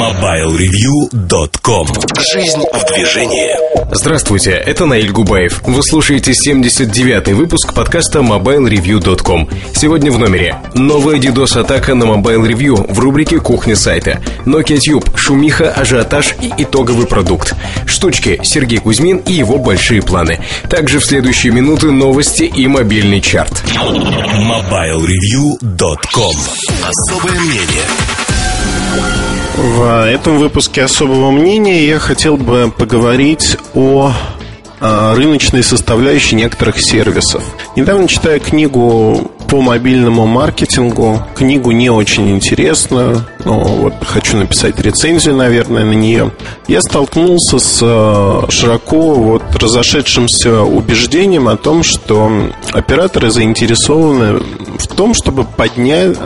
MobileReview.com. Жизнь в движении. Здравствуйте, это Наиль Губаев. Вы слушаете 79-й выпуск подкаста MobileReview.com. Сегодня в номере новая DDoS-атака на Mobile Review в рубрике «Кухня сайта», Nokia Tube, шумиха, ажиотаж и итоговый продукт, штучки, Сергей Кузьмин и его большие планы. Также в следующие минуты новости и мобильный чарт. MobileReview.com. Особое мнение. В этом выпуске особого мнения я хотел бы поговорить о рыночной составляющей некоторых сервисов. Недавно, читая книгу по мобильному маркетингу, книгу не очень интересную, но вот хочу написать рецензию, наверное, на нее, я столкнулся с широко разошедшимся убеждением о том, что операторы заинтересованы в том, чтобы подмять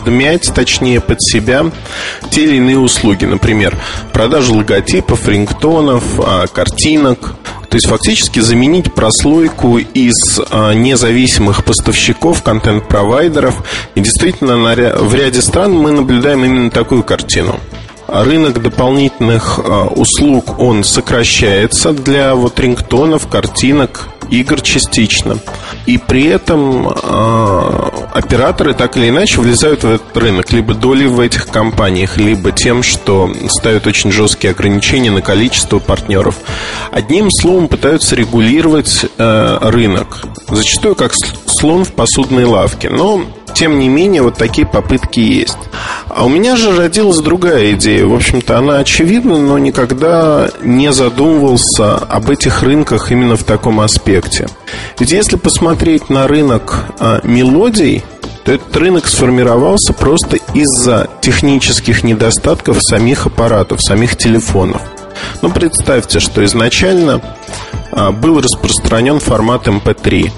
под себя те или иные услуги. Например, продажу логотипов, рингтонов, картинок. То есть фактически заменить прослойку из независимых поставщиков, контент-провайдеров. И действительно в ряде стран мы наблюдаем именно такую картину. Рынок дополнительных услуг, он сокращается для рингтонов, картинок, игр частично. И при этом операторы так или иначе влезают в этот рынок, либо долей в этих компаниях, либо тем, что ставят очень жесткие ограничения на количество партнеров. Одним словом, пытаются регулировать рынок, зачастую как слон в посудной лавке. Но тем не менее, такие попытки есть. А у меня же родилась другая идея. В общем-то, она очевидна, но никогда не задумывался об этих рынках именно в таком аспекте. Ведь если посмотреть на рынок мелодий, то этот рынок сформировался просто из-за технических недостатков самих аппаратов, самих телефонов. Ну, представьте, что изначально был распространен формат MP3.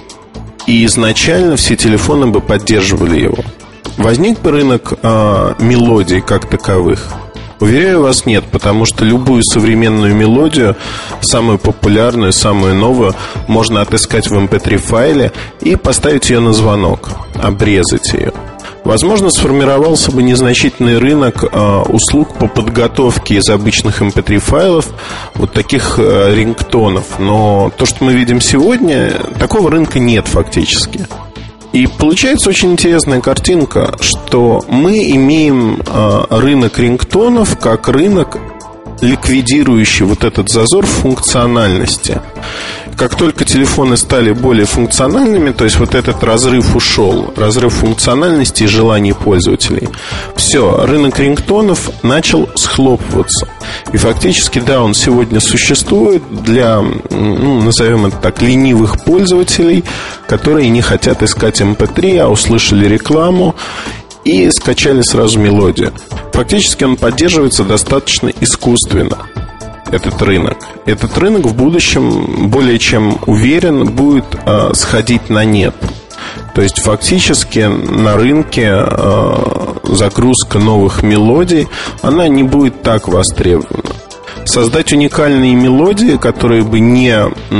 И изначально все телефоны бы поддерживали его. Возник бы рынок мелодий как таковых? Уверяю вас, нет, потому что любую современную мелодию, самую популярную, самую новую, можно отыскать в MP3 файле и поставить ее на звонок, обрезать ее. Возможно, сформировался бы незначительный рынок услуг по подготовке из обычных MP3 файлов таких рингтонов. Но то, что мы видим сегодня, такого рынка нет фактически. И получается очень интересная картинка, что мы имеем рынок рингтонов как рынок, ликвидирующий этот зазор в функциональности. Как только телефоны стали более функциональными, то есть этот разрыв ушел, разрыв функциональности и желаний пользователей, все, рынок рингтонов начал схлопываться. И фактически, да, он сегодня существует для, назовем это так, ленивых пользователей, которые не хотят искать MP3, а услышали рекламу и скачали сразу мелодию. Фактически он поддерживается достаточно искусственно. Этот рынок в будущем, более чем уверен, будет сходить на нет. То есть фактически на рынке загрузка новых мелодий, она не будет так востребована. Создать уникальные мелодии, которые бы не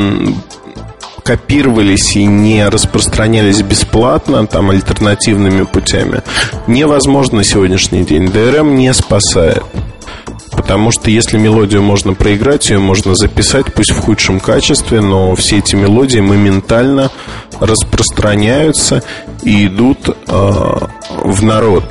копировались и не распространялись бесплатно, альтернативными путями, невозможно на сегодняшний день. DRM не спасает. Потому что если мелодию можно проиграть, ее можно записать, пусть в худшем качестве, но все эти мелодии моментально распространяются и идут в народ.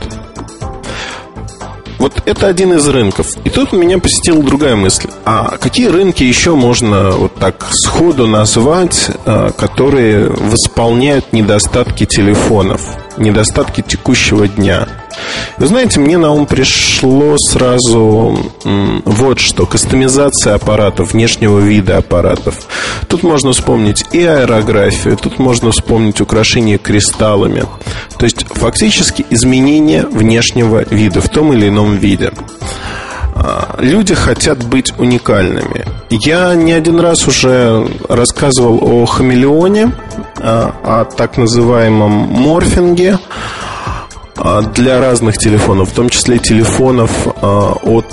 Это один из рынков. И тут меня посетила другая мысль. А какие рынки еще можно так сходу назвать, которые восполняют недостатки телефонов, недостатки текущего дня? Вы знаете, мне на ум пришло сразу что. Кастомизация аппаратов, внешнего вида аппаратов. Тут можно вспомнить и аэрографию, тут можно вспомнить украшение кристаллами. То есть фактически изменение внешнего вида в том или ином виде. Люди хотят быть уникальными. Я не один раз уже рассказывал о хамелеоне, о так называемом морфинге для разных телефонов, в том числе телефонов от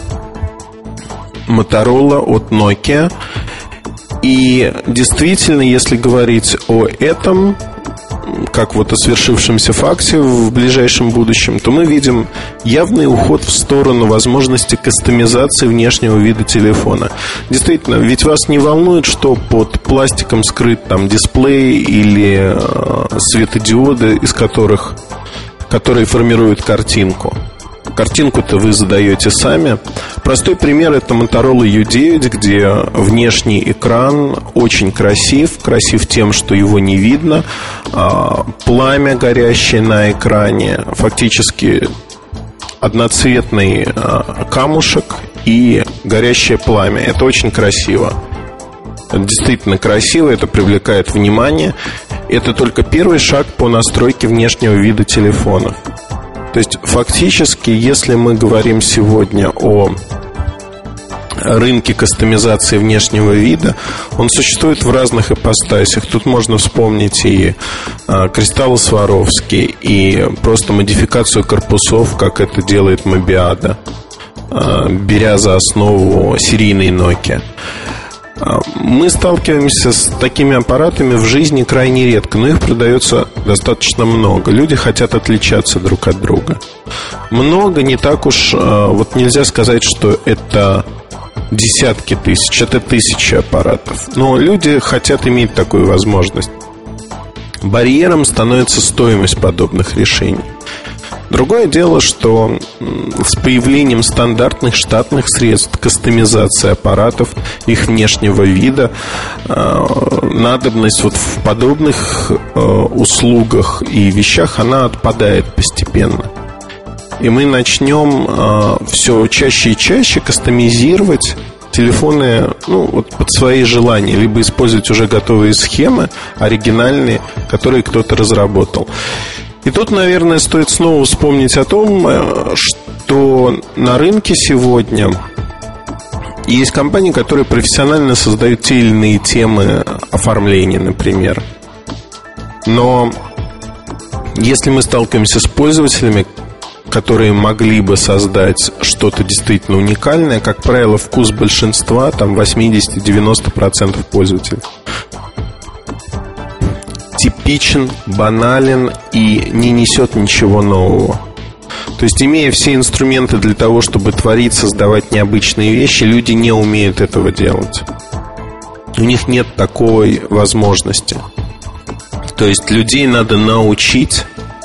Motorola, от Nokia. И действительно, если говорить о этом, как вот о свершившемся факте в ближайшем будущем, то мы видим явный уход в сторону возможности кастомизации внешнего вида телефона. Действительно, ведь вас не волнует, что под пластиком скрыт там дисплей или светодиоды, которые формируют картинку. Картинку-то вы задаете сами. Простой пример — это Motorola U9, где внешний экран очень красив тем, что его не видно. Пламя, горящее на экране, фактически одноцветный камушек и горящее пламя. Это очень красиво. Это действительно красиво, это привлекает внимание. Это только первый шаг по настройке внешнего вида телефона. То есть, фактически, если мы говорим сегодня о рынке кастомизации внешнего вида, он существует в разных ипостасях. Тут можно вспомнить и кристаллы Сваровски, и просто модификацию корпусов, как это делает Mobiada, беря за основу серийный Nokia. Мы сталкиваемся с такими аппаратами в жизни крайне редко, но их продается достаточно много. Люди хотят отличаться друг от друга. Много, не так уж, вот нельзя сказать, что это десятки тысяч, это тысячи аппаратов. Но люди хотят иметь такую возможность. Барьером становится стоимость подобных решений. Другое дело, что с появлением стандартных штатных средств кастомизации аппаратов, их внешнего вида, надобность вот в подобных услугах и вещах, она отпадает постепенно. И мы начнем все чаще и чаще кастомизировать телефоны, вот под свои желания, либо использовать уже готовые схемы, оригинальные, которые кто-то разработал. И тут, наверное, стоит снова вспомнить о том, что на рынке сегодня есть компании, которые профессионально создают те или иные темы оформления, например. Но если мы сталкиваемся с пользователями, которые могли бы создать что-то действительно уникальное, как правило, вкус большинства, там 80-90% пользователей, типичен, банален и не несет ничего нового. То есть, имея все инструменты для того, чтобы творить, создавать необычные вещи, люди не умеют этого делать. У них нет такой возможности. То есть, людей надо научить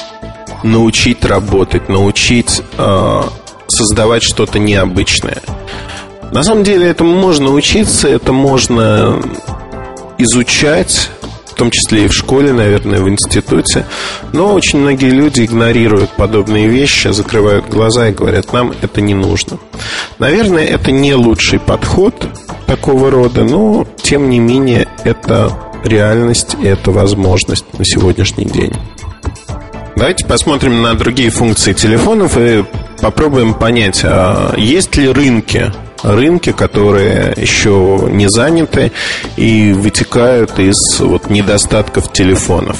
работать, научить создавать что-то необычное. На самом деле, этому можно учиться, это можно изучать, в том числе и в школе, наверное, в институте. Но очень многие люди игнорируют подобные вещи, закрывают глаза и говорят: нам это не нужно. Наверное, это не лучший подход такого рода, но, тем не менее, это реальность и это возможность на сегодняшний день. Давайте посмотрим на другие функции телефонов и попробуем понять, есть ли рынки, которые еще не заняты и вытекают из недостатков телефонов.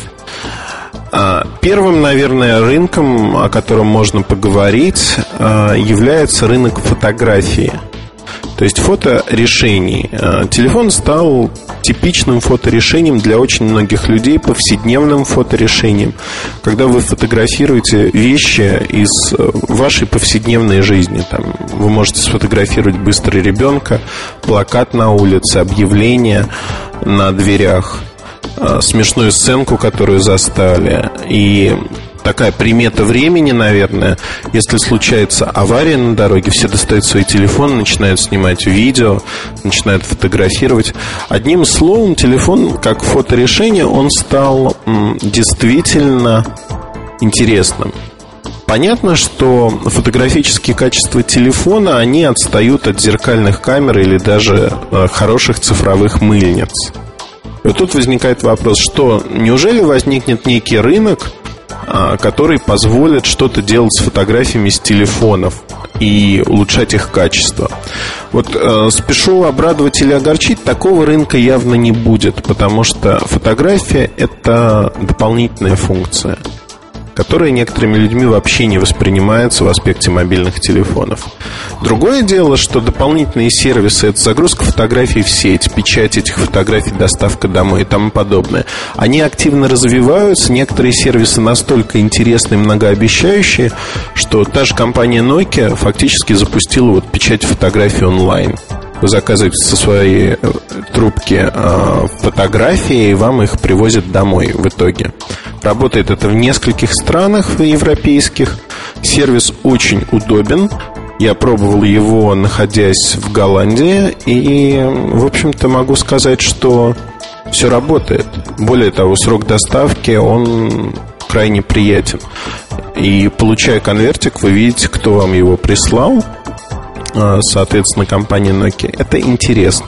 Первым, наверное, рынком, о котором можно поговорить, является рынок фотографии. То есть фоторешений. Телефон стал типичным фоторешением для очень многих людей, повседневным фоторешением, когда вы фотографируете вещи из вашей повседневной жизни. Там вы можете сфотографировать быстро ребенка, плакат на улице, объявление на дверях, смешную сценку, которую застали. И такая примета времени, наверное: если случается авария на дороге, все достают свои телефоны, начинают снимать видео, начинают фотографировать. Одним словом, телефон как фоторешение, он стал действительно интересным. Понятно, что фотографические качества телефона, они отстают от зеркальных камер или даже хороших цифровых мыльниц. И вот тут возникает вопрос, что неужели возникнет некий рынок, который позволит что-то делать с фотографиями с телефонов и улучшать их качество. Спешу обрадовать или огорчить, такого рынка явно не будет, потому что фотография — это дополнительная функция, которая некоторыми людьми вообще не воспринимается в аспекте мобильных телефонов. Другое дело, что дополнительные сервисы — это загрузка фотографий в сеть, печать этих фотографий, доставка домой и тому подобное. Они активно развиваются. Некоторые сервисы настолько интересные и многообещающие, что та же компания Nokia фактически запустила вот печать фотографий онлайн. Вы заказываете со своей трубки фотографии, и вам их привозят домой в итоге. Работает это в нескольких странах европейских. Сервис очень удобен. Я пробовал его, находясь в Голландии, и, в общем-то, могу сказать, что все работает. Более того, срок доставки, он крайне приятен. И, получая конвертик, вы видите, кто вам его прислал. Соответственно, компания Nokia. Это интересно.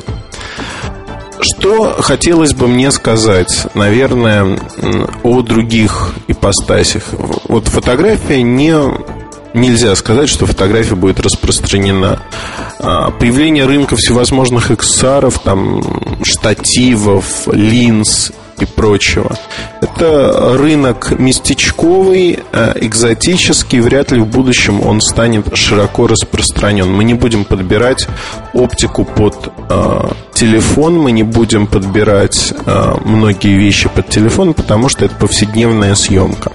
Что хотелось бы мне сказать, наверное, о других ипостасях. Вот фотография нельзя сказать, что фотография будет распространена. Появление рынка всевозможных XR, там, штативов, линз и прочего. Это рынок местечковый, экзотический. Вряд ли в будущем он станет широко распространен. Мы не будем подбирать оптику под телефон, мы не будем подбирать многие вещи под телефон, потому что это повседневная съемка.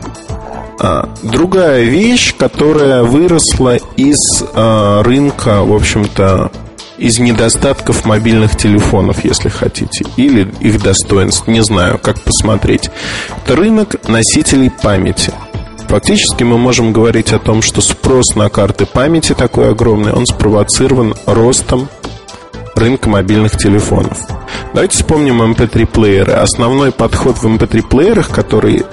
Другая вещь, которая выросла из рынка, в общем-то, из недостатков мобильных телефонов, если хотите, или их достоинств, не знаю, как посмотреть. Это рынок носителей памяти. Фактически мы можем говорить о том, что спрос на карты памяти такой огромный, он спровоцирован ростом рынка мобильных телефонов. Давайте вспомним MP3-плееры. Основной подход в MP3-плеерах, который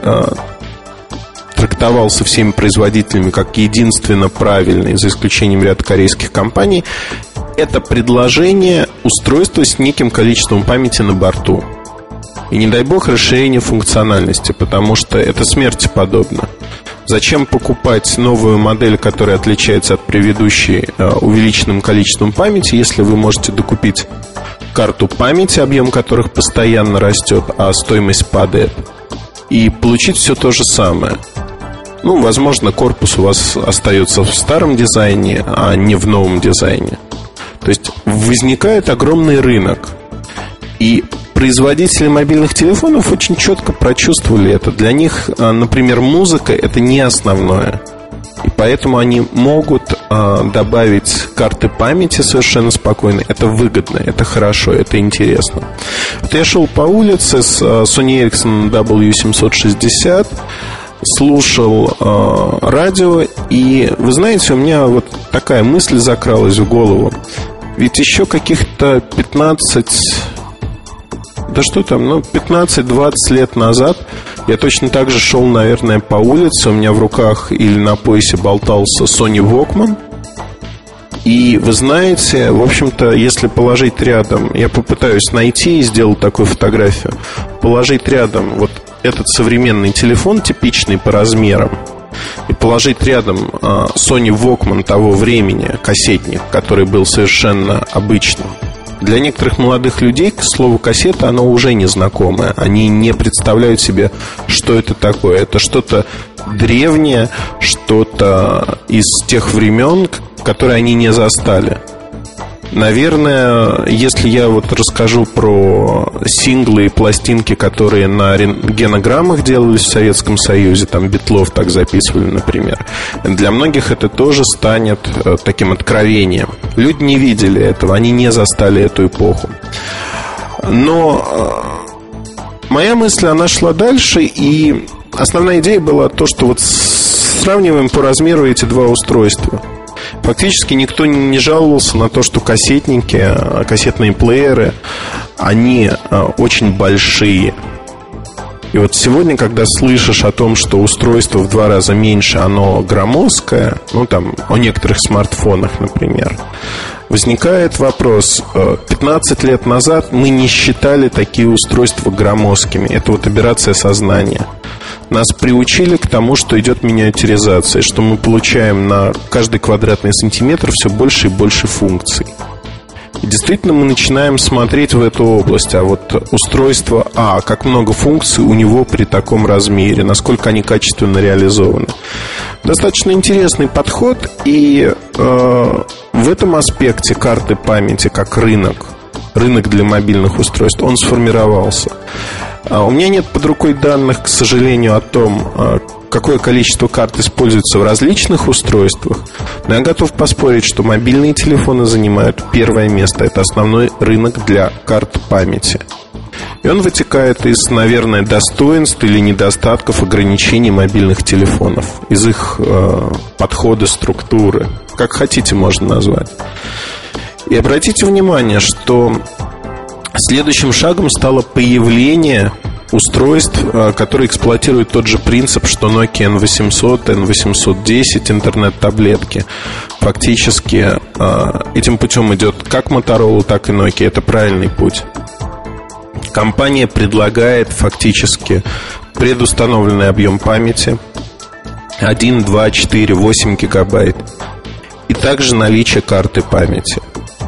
трактовался всеми производителями как единственно правильный, за исключением ряда корейских компаний, это предложение устройства с неким количеством памяти на борту. И не дай бог расширение функциональности, потому что это смерти подобно. Зачем покупать новую модель, которая отличается от предыдущей увеличенным количеством памяти, если вы можете докупить карту памяти, объем которых постоянно растет, а стоимость падает, и получить все то же самое? Ну, возможно, корпус у вас остается в старом дизайне, а не в новом дизайне. То есть возникает огромный рынок. И производители мобильных телефонов очень четко прочувствовали это. Для них, например, музыка — это не основное. И поэтому они могут добавить карты памяти совершенно спокойно. Это выгодно, это хорошо, это интересно. Вот я шел по улице с Sony Ericsson W760, слушал радио, и, вы знаете, у меня вот такая мысль закралась в голову. Ведь еще каких-то 15-20 лет назад я точно так же шел, наверное, по улице. У меня в руках или на поясе болтался Sony Walkman. И вы знаете, в общем-то, если положить рядом, я попытаюсь найти и сделать такую фотографию, положить рядом вот этот современный телефон, типичный по размерам, и положить рядом Sony Walkman того времени, кассетник, который был совершенно обычным. Для некоторых молодых людей слово кассета, оно уже незнакомое. Они не представляют себе, что это такое. Это что-то древнее, что-то из тех времен, которые они не застали. Наверное, если я вот расскажу про синглы и пластинки, которые на рентгенограммах делались в Советском Союзе, там Битлов так записывали, например, для многих это тоже станет таким откровением. Люди не видели этого, они не застали эту эпоху. Но моя мысль, она шла дальше, и основная идея была то, что вот сравниваем по размеру эти два устройства. Фактически никто не жаловался на то, что кассетники, кассетные плееры, они очень большие. И вот сегодня, когда слышишь о том, что устройство в 2 раза меньше, оно громоздкое, ну там о некоторых смартфонах, например, возникает вопрос. 15 лет назад мы не считали такие устройства громоздкими. Это вот аберрация сознания. Нас приучили к тому, что идет миниатюризация, что мы получаем на каждый квадратный сантиметр все больше и больше функций. И действительно мы начинаем смотреть в эту область. А вот устройство как много функций у него при таком размере, насколько они качественно реализованы. Достаточно интересный подход. И в в этом аспекте карты памяти как рынок для мобильных устройств, он сформировался. У меня нет под рукой данных, к сожалению, о том, какое количество карт используется в различных устройствах, но я готов поспорить, что мобильные телефоны занимают первое место. Это основной рынок для карт памяти. И он вытекает из, наверное, достоинств или недостатков ограничений мобильных телефонов, из их подхода, структуры, как хотите можно назвать. И обратите внимание, что следующим шагом стало появление устройств, которые эксплуатируют тот же принцип, что Nokia N800, N810, интернет-таблетки. Фактически этим путем идет как Motorola, так и Nokia. Это правильный путь. Компания предлагает фактически предустановленный объем памяти 1, 2, 4, 8 гигабайт. И также наличие карты памяти.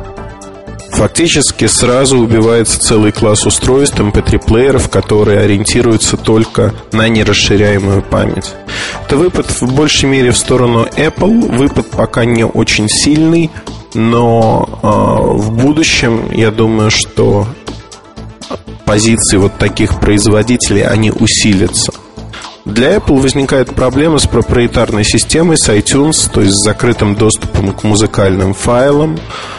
Фактически сразу убивается целый класс устройств MP3-плееров, которые ориентируются только на нерасширяемую память. Это выпад в большей мере в сторону Apple. Выпад пока не очень сильный, но в будущем, я думаю, что позиции вот таких производителей, они усилятся. Для Apple возникает проблема с проприетарной системой, с iTunes, то есть с закрытым доступом к музыкальным файлам.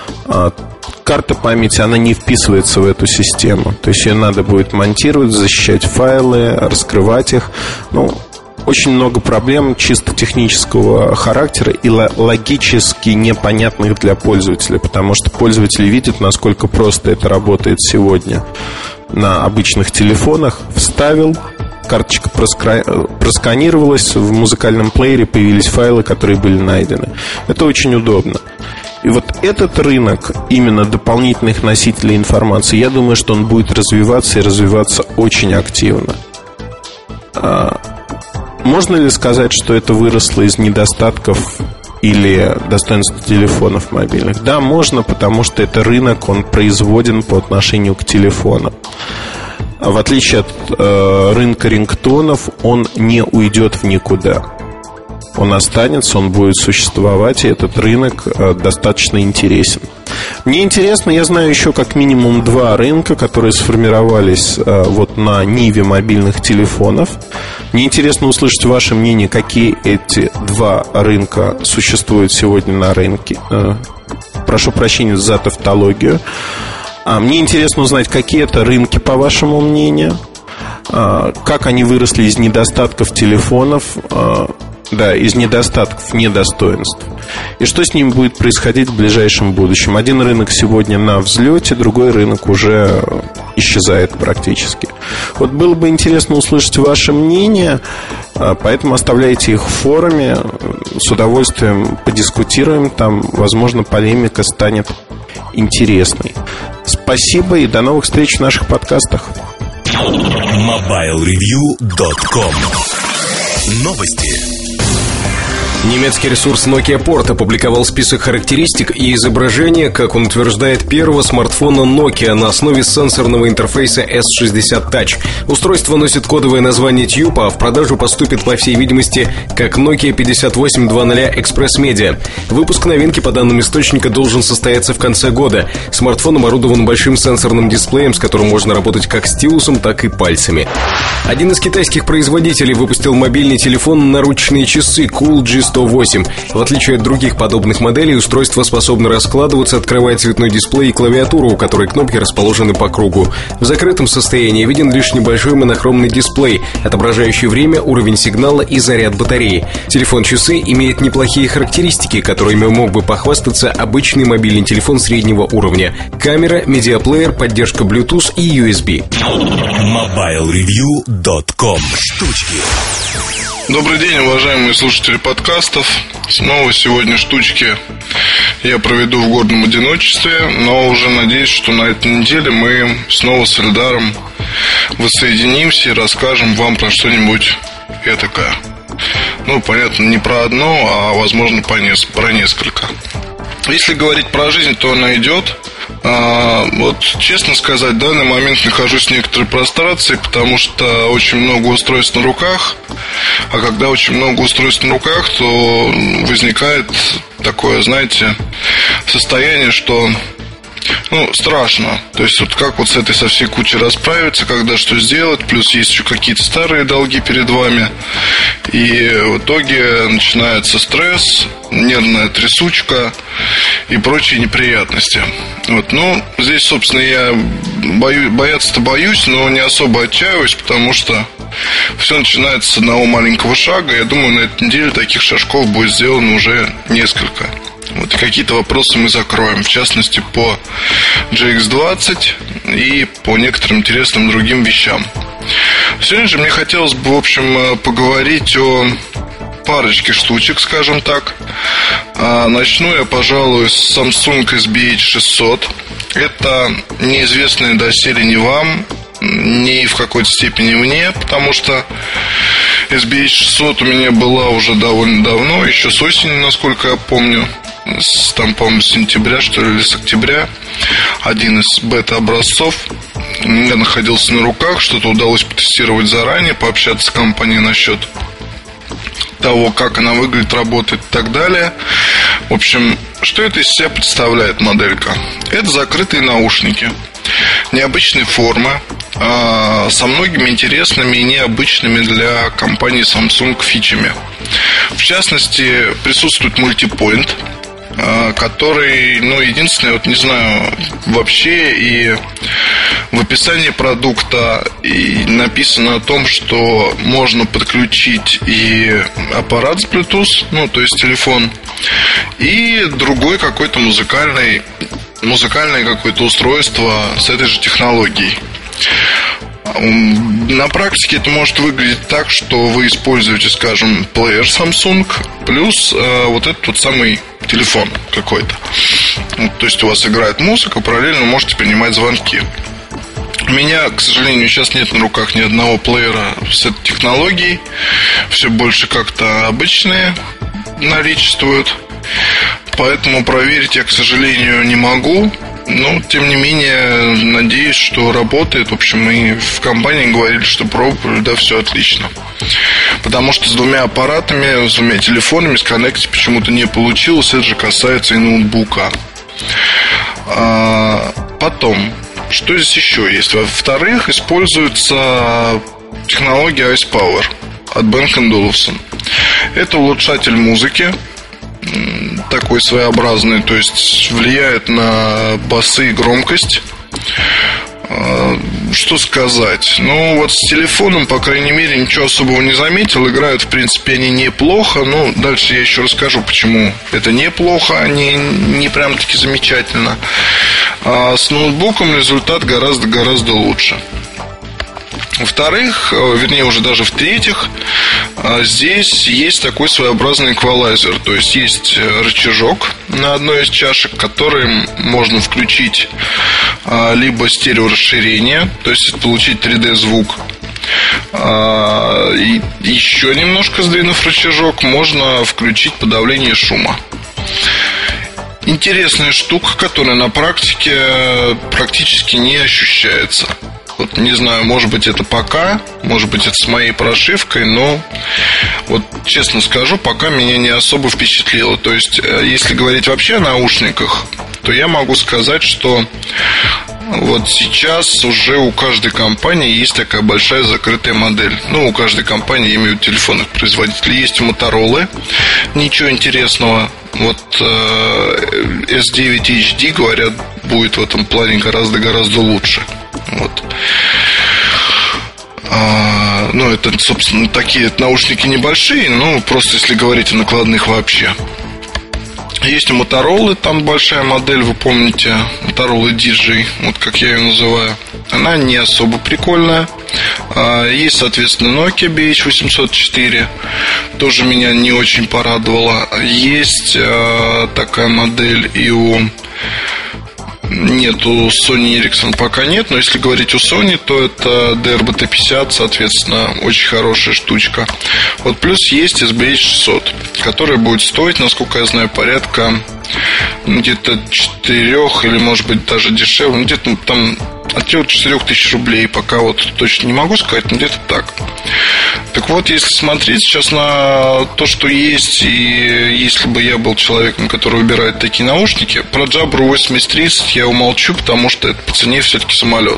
Карта памяти, она не вписывается в эту систему. То есть ее надо будет монтировать, защищать файлы, раскрывать их. Очень много проблем чисто технического характера и логически непонятных для пользователя, потому что пользователи видят, насколько просто это работает сегодня на обычных телефонах. Вставил, карточка просканировалась, в музыкальном плеере появились файлы, которые были найдены. Это очень удобно. И вот этот рынок именно дополнительных носителей информации, я думаю, что он будет развиваться и развиваться очень активно. Можно ли сказать, что это выросло из недостатков или достоинств телефонов мобильных? Да, можно, потому что это рынок, он производен по отношению к телефонам. В отличие от рынка рингтонов, он не уйдет в никуда. Он останется, он будет существовать, и этот рынок достаточно интересен. Мне интересно, я знаю еще как минимум 2 рынка, которые сформировались вот на ниве мобильных телефонов. Мне интересно услышать ваше мнение, какие эти 2 рынка существуют сегодня на рынке. Прошу прощения за тавтологию. Мне интересно узнать, какие это рынки, по вашему мнению, как они выросли из недостатков телефонов. Да, из недостатков, недостоинств. И что с ними будет происходить в ближайшем будущем? Один рынок сегодня на взлете, другой рынок уже исчезает практически. Вот было бы интересно услышать ваше мнение, поэтому оставляйте их в форуме. С удовольствием подискутируем там. Возможно, полемика станет интересной. Спасибо и до новых встреч в наших подкастах. MobileReview.com. Новости. Немецкий ресурс Nokia Port опубликовал список характеристик и изображения, как он утверждает, первого смартфона Nokia на основе сенсорного интерфейса S60 Touch. Устройство носит кодовое название Tube, а в продажу поступит, по всей видимости, как Nokia 5820 Express Media. Выпуск новинки, по данным источника, должен состояться в конце года. Смартфон оборудован большим сенсорным дисплеем, с которым можно работать как стилусом, так и пальцами. Один из китайских производителей выпустил мобильный телефон наручные часы Cool G108. В отличие от других подобных моделей, устройство способно раскладываться, открывая цветной дисплей и клавиатуру, у которой кнопки расположены по кругу. В закрытом состоянии виден лишь небольшой монохромный дисплей, отображающий время, уровень сигнала и заряд батареи. Телефон-часы имеет неплохие характеристики, которыми мог бы похвастаться обычный мобильный телефон среднего уровня. Камера, медиаплеер, поддержка Bluetooth и USB. MobileReview.com. Штучки. Добрый день, уважаемые слушатели подкастов. Снова сегодня штучки я проведу в гордом одиночестве, но уже надеюсь, что на этой неделе мы снова с Эльдаром воссоединимся и расскажем вам про что-нибудь этакое. Понятно, не про одно, а возможно про несколько. Если говорить про жизнь, то она идет. Вот, честно сказать, в данный момент нахожусь в некоторой прострации, потому что очень много устройств на руках. А когда очень много устройств на руках, то возникает такое, знаете, состояние, что страшно. То есть вот как вот с этой со всей кучей расправиться, когда что сделать, плюс есть еще какие-то старые долги перед вами. И в итоге начинается стресс, нервная трясучка и прочие неприятности. Здесь, собственно, я бояться-то боюсь, но не особо отчаиваюсь, потому что все начинается с одного маленького шага. Я думаю, на этой неделе таких шажков будет сделано уже несколько. И какие-то вопросы мы закроем, в частности, по GX20 и по некоторым интересным другим вещам. Сегодня же мне хотелось бы, в общем, поговорить о парочке штучек, скажем так. Начну я, пожалуй, с Samsung SB600. Это неизвестное доселе ни вам, ни в какой-то степени мне, потому что SB600 у меня была уже довольно давно, еще с осени, насколько я помню. По-моему, с сентября, что ли, или с октября. Один из бета-образцов у меня находился на руках. Что-то удалось потестировать заранее, пообщаться с компанией насчет того, как она выглядит, работает и так далее. В общем, что это из себя представляет моделька? Это закрытые наушники необычной формы, со многими интересными и необычными для компании Samsung фичами. В частности, присутствует мультипоинт, который, единственное, не знаю, вообще и в описании продукта и написано о том, что можно подключить и аппарат с Bluetooth, то есть телефон, и другой какой-то музыкальное какое-то устройство с этой же технологией. На практике это может выглядеть так, что вы используете, скажем, плеер Samsung плюс вот этот вот самый телефон какой-то. То есть у вас играет музыка, параллельно можете принимать звонки. У меня, к сожалению, сейчас нет на руках ни одного плеера с этой технологией. Все больше как-то обычные наличествуют. Поэтому проверить я, к сожалению, не могу. Но, тем не менее, надеюсь, что работает. В общем, и в компании говорили, что пробовали, да, все отлично. Потому что с двумя аппаратами, с двумя телефонами сконнектить почему-то не получилось. Это же касается и ноутбука. Потом, что здесь еще есть? Во-вторых, используется технология Ice Power от Bang & Olufsen. Это улучшатель музыки, такой своеобразный, то есть влияет на басы и громкость. Что сказать? Вот с телефоном, по крайней мере, ничего особого не заметил. Играют, в принципе, они неплохо. Дальше я еще расскажу, почему это неплохо, а не прям-таки замечательно. А с ноутбуком результат гораздо лучше. Во-вторых, вернее, уже даже в-третьих, здесь есть такой своеобразный эквалайзер. То есть есть рычажок на одной из чашек, который можно включить либо стереорасширение, то есть получить 3D-звук. И еще немножко сдвинув рычажок, можно включить подавление шума. Интересная штука, которая на практике практически не ощущается. Не знаю, может быть, это пока, может быть, это с моей прошивкой, но честно скажу, пока меня не особо впечатлило. То есть, если говорить вообще о наушниках, то я могу сказать, что сейчас уже у каждой компании есть такая большая закрытая модель. У каждой компании, я имею в виду телефонных производителей, есть у Motorola. Ничего интересного. S9 HD, говорят, будет в этом плане гораздо лучше. Это, собственно, такие наушники небольшие, просто если говорить о накладных вообще. Есть у Motorola, там большая модель, вы помните, Motorola DJ, как я ее называю. Она не особо прикольная. Есть, соответственно, Nokia BH804, тоже меня не очень порадовала. Есть такая модель и у... Нет, у Sony Ericsson пока нет. Но если говорить у Sony, то это DRB-T50, соответственно, очень хорошая штучка. Плюс есть SBH600, которая будет стоить, насколько я знаю, порядка где-то 4 или, может быть, даже дешевле, где-то там от 4 тысяч рублей, пока вот точно не могу сказать, но где-то так. Так вот, если смотреть сейчас на то, что есть, и если бы я был человеком, который выбирает такие наушники, про Jabra 8030 я умолчу, потому что это по цене все-таки самолет.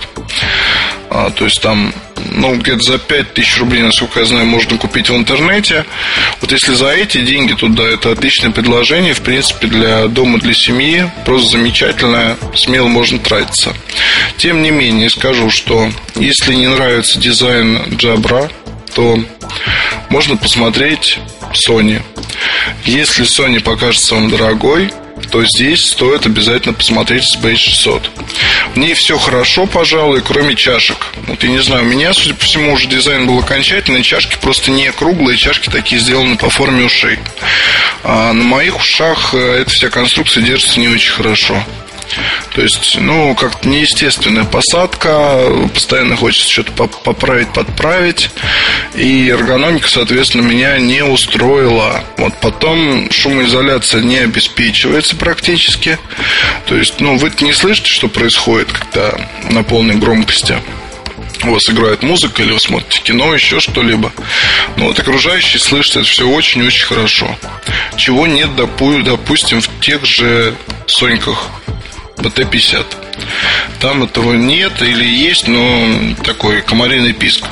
То есть там, где-то за 5000 рублей, насколько я знаю, можно купить в интернете. Вот если за эти деньги, то да, это отличное предложение. В принципе, для дома, для семьи просто замечательное, смело можно тратиться. Тем не менее, скажу, что если не нравится дизайн Jabra, то можно посмотреть Sony. Если Sony покажется вам дорогой, то здесь стоит обязательно посмотреть SB600. В ней все хорошо, пожалуй, кроме чашек. Вот я не знаю, у меня, судя по всему, уже дизайн был окончательный. Чашки просто не круглые, чашки такие сделаны по форме ушей. А на моих ушах эта вся конструкция держится не очень хорошо. То есть, как-то неестественная посадка, постоянно хочется что-то поправить, подправить. И эргономика, соответственно, меня не устроила. Вот потом шумоизоляция не обеспечивается практически. То есть, вы-то не слышите, что происходит, когда на полной громкости у вас играет музыка или вы смотрите кино, еще что-либо. Но вот окружающие слышат это все очень-очень хорошо. Чего нет, допустим, в тех же Соньках BT-50. Там этого нет или есть, но такой комариный писк.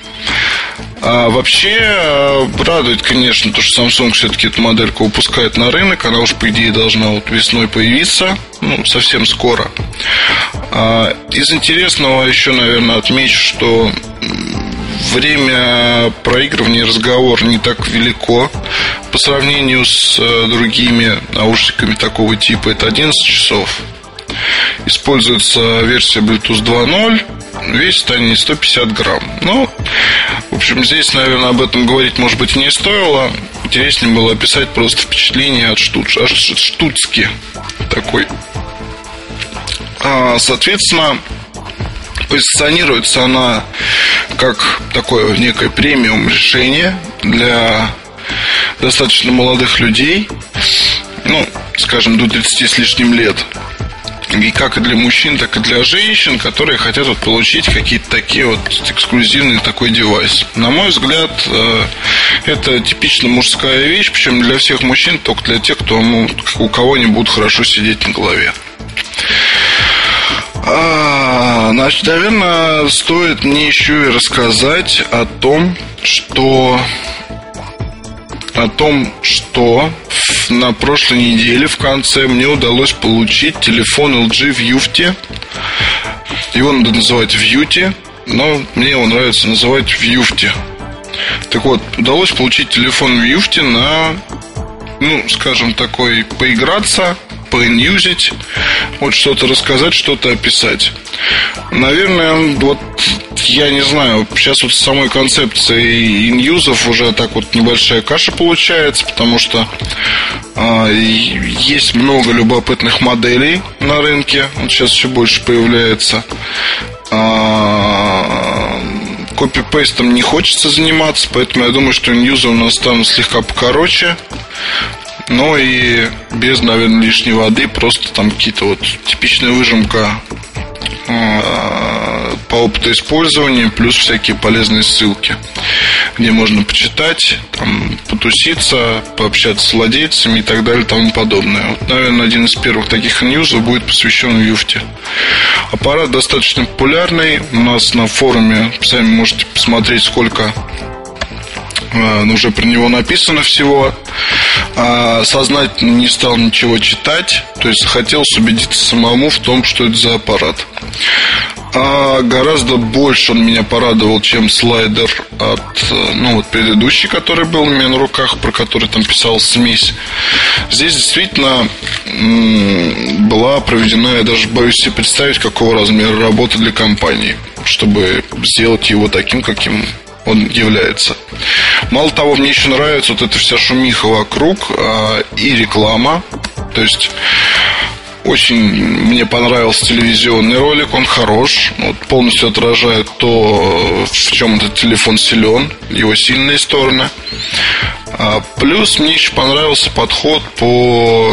А вообще радует, конечно, то, что Samsung все-таки эту модельку выпускает на рынок. Она уж, по идее, должна вот весной появиться. Совсем скоро. Из интересного еще, наверное, отмечу, что время проигрывания и разговора не так велико по сравнению с другими наушниками такого типа. Это 11 часов. Используется версия Bluetooth 2.0. Весит они 150 грамм. В общем, здесь, наверное, об этом говорить, может быть, и не стоило. Интереснее было описать просто впечатление от штуцки такой. Соответственно, позиционируется она как такое некое премиум решение для достаточно молодых людей, скажем, до 30 с лишним лет. И как и для мужчин, так и для женщин, которые хотят получить какие-то такие эксклюзивный такой девайс. На мой взгляд, это типично мужская вещь, причем для всех мужчин, только для тех, кто, у кого не будут хорошо сидеть на голове. Значит, наверное, стоит мне еще и рассказать о том, что на прошлой неделе в конце мне удалось получить телефон LG Vufti. Его надо называть Vufti, но мне его нравится называть Vufti. Так вот, удалось получить телефон Vufti на, скажем, такой поиграться, поинюзить, что-то рассказать, что-то описать. Наверное, я не знаю, сейчас с самой концепцией иньюзов уже так небольшая каша получается, потому что есть много любопытных моделей на рынке, сейчас все больше появляется. Копипейстом не хочется заниматься, поэтому я думаю, что иньюзы у нас станут слегка покороче. И без, наверное, лишней воды. Просто там какие-то типичная выжимка по опыту использования, плюс всякие полезные ссылки, где можно почитать, потуситься, пообщаться с владельцами и так далее и тому подобное. Наверное, один из первых таких ньюсов будет посвящен Vufti. Аппарат достаточно популярный. У нас на форуме сами можете посмотреть, сколько уже про него написано всего. Сознательно не стал ничего читать. То есть захотелось убедиться самому в том, что это за аппарат. Гораздо больше он меня порадовал, чем слайдер от предыдущий, который был у меня на руках, про который там писал смесь. Здесь действительно была проведена, я даже боюсь себе представить, какого размера работа для компании, чтобы сделать его таким, каким он является. Мало того, мне еще нравится эта вся шумиха вокруг и реклама. То есть очень мне понравился телевизионный ролик, он хорош, полностью отражает то, в чем этот телефон силен, его сильные стороны. Плюс мне еще понравился подход по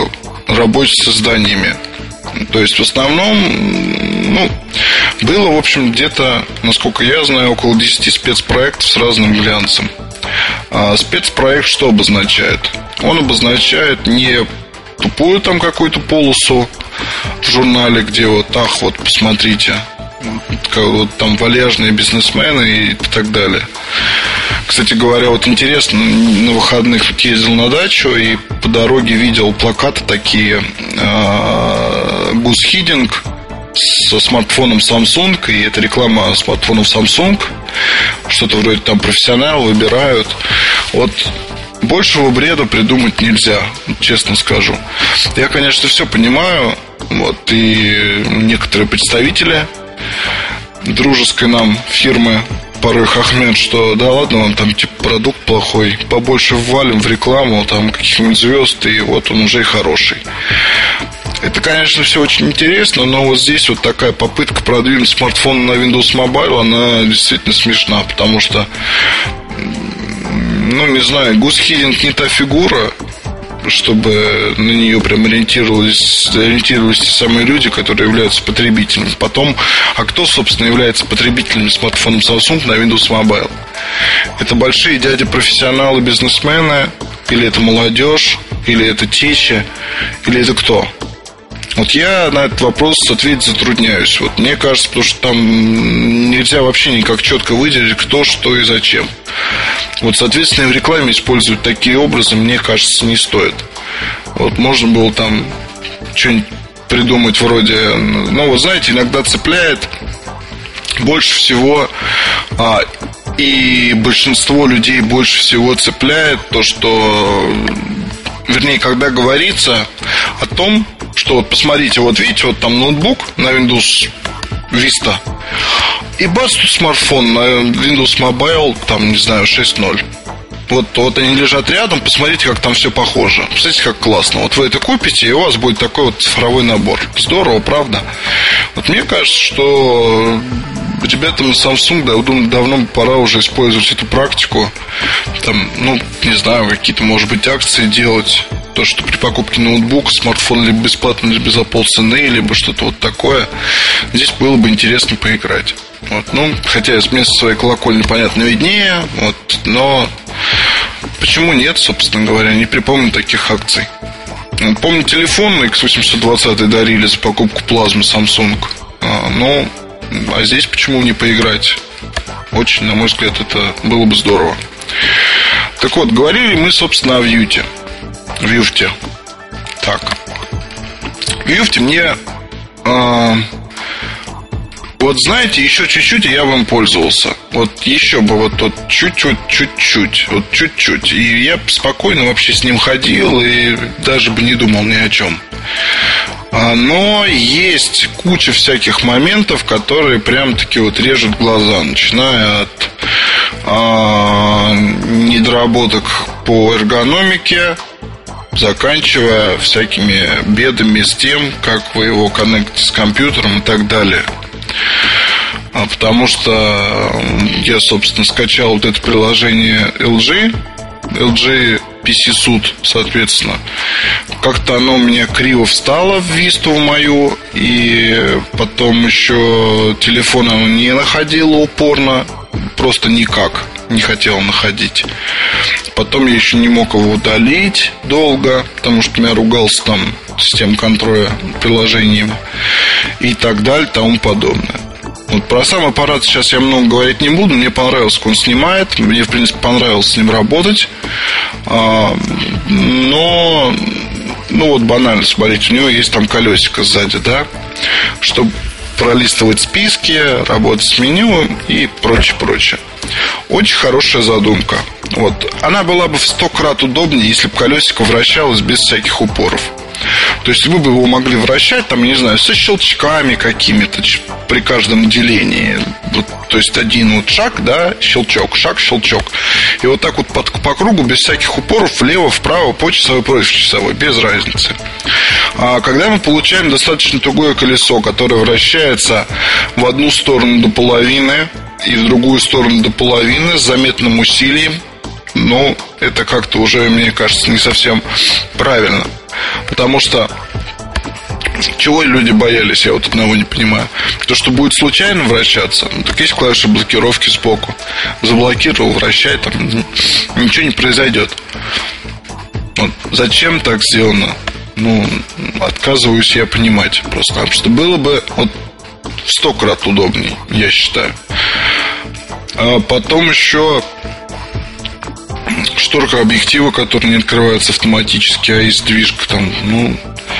работе с изданиями. То есть в основном, было, в общем, где-то, насколько я знаю, около 10 спецпроектов с разным глянцем. А спецпроект что обозначает? Он обозначает не тупую там какую-то полосу в журнале, где вот посмотрите, вот там вальяжные бизнесмены и так далее. Кстати говоря, вот интересно, на выходных ездил на дачу и по дороге видел плакаты такие Гусхидинг со смартфоном Samsung, и это реклама смартфонов Samsung. Что-то вроде там профессионал выбирают. Вот большего бреда придумать нельзя, честно скажу. Я, конечно, все понимаю. Вот, и некоторые представители дружеской нам фирмы порой хохмят, что да ладно, вам там типа продукт плохой, побольше ввалим в рекламу там каких-нибудь звезд, и вот он уже и хороший. Это, конечно, все очень интересно, но вот здесь вот такая попытка продвинуть смартфон на Windows Mobile, она действительно смешна, потому что, не знаю, Гусхидинг не та фигура, чтобы на нее прям ориентировались те самые люди, которые являются потребителями. Потом, а кто, собственно, является потребителем смартфона Samsung на Windows Mobile? Это большие дяди-профессионалы, бизнесмены, или это молодежь, или это течи, или это кто? Вот я на этот вопрос ответить затрудняюсь. Вот мне кажется, потому что там нельзя вообще никак четко выделить, кто, что и зачем. Вот, соответственно, в рекламе использовать такие образы, мне кажется, не стоит. Вот можно было там что-нибудь придумать вроде... вот знаете, иногда цепляет больше всего... и большинство людей больше всего цепляет то, что... Вернее, когда говорится о том, что вот посмотрите, вот видите, вот там ноутбук на Windows Vista, и бац, тут смартфон на Windows Mobile, там, не знаю, 6.0. Вот они лежат рядом, посмотрите, как там все похоже. Представляете, как классно. Вот вы это купите, и у вас будет такой вот цифровой набор. Здорово, правда? Вот мне кажется, что ребятам из Samsung давно пора уже использовать эту практику. Там, не знаю, какие-то, может быть, акции делать. То, что при покупке ноутбука смартфон либо бесплатно, либо за полцены, либо что-то вот такое. Здесь было бы интересно поиграть. Вот, хотя с места своей колокольни, понятно, виднее. Вот, но почему нет, собственно говоря, не припомню таких акций. Помню, телефон X820 дарили за покупку плазмы Samsung. А здесь почему не поиграть? Очень, на мой взгляд, это было бы здорово. Так вот, говорили мы, собственно, о Вьюте. Так. В Вьюте мне... вот знаете, еще чуть-чуть, и я бы им пользовался. Вот еще бы вот чуть-чуть. Вот чуть-чуть. И я спокойно вообще с ним ходил и даже бы не думал ни о чем. Но есть куча всяких моментов, которые прям-таки вот режут глаза, начиная от недоработок по эргономике, заканчивая всякими бедами с тем, как вы его коннектите с компьютером и так далее. Потому что я, собственно, скачал вот это приложение LG PC Suit, соответственно. Как-то оно у меня криво встало в Висту в мою. И потом еще телефон оно не находило упорно. Просто никак не хотел находить. Потом я еще не мог его удалить долго, потому что меня ругался там система контроля приложением и так далее, тому подобное. Вот про сам аппарат сейчас я много говорить не буду. Мне понравилось, как он снимает. Мне, в принципе, понравилось с ним работать. Но вот банально, смотрите, у него есть там колесико сзади, да, чтобы пролистывать списки, работать с меню и прочее. Очень хорошая задумка. Вот. Она была бы в 100 крат удобнее, если бы колесико вращалось без всяких упоров. То есть вы бы его могли вращать, там, не знаю, со щелчками какими-то при каждом делении. Вот, то есть один вот шаг, да, щелчок, шаг, щелчок. И вот так вот по кругу, без всяких упоров, влево, вправо, по часовой, против часовой, без разницы. А когда мы получаем достаточно тугое колесо, которое вращается в одну сторону до половины и в другую сторону до половины с заметным усилием, это как-то уже, мне кажется, не совсем правильно. Потому что чего люди боялись, я вот одного не понимаю. То, что будет случайно вращаться, так есть клавиша блокировки сбоку. Заблокировал, вращай, там ничего не произойдет. Вот. Зачем так сделано? Отказываюсь я понимать. Просто потому что было бы 100 крат удобней, я считаю. А потом еще шторка объектива, которая не открывается автоматически, а есть движка там,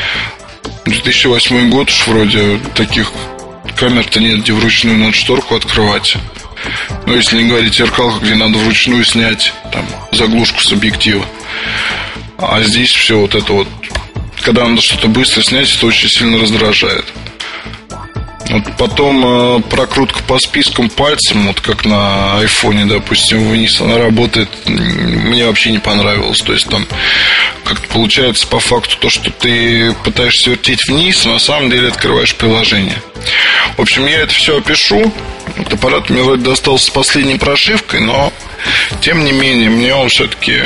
2008 год уж вроде таких камер-то нет, где вручную надо шторку открывать. Если не говорить о зеркалках, где надо вручную снять там заглушку с объектива. А здесь все когда надо что-то быстро снять, это очень сильно раздражает. Потом прокрутка по спискам пальцем, как на айфоне, допустим, вниз, она работает, мне вообще не понравилось. То есть там как-то получается по факту то, что ты пытаешься вертеть вниз, но на самом деле открываешь приложение. В общем, я это все опишу. Этот аппарат мне вроде достался с последней прошивкой, но тем не менее мне он все-таки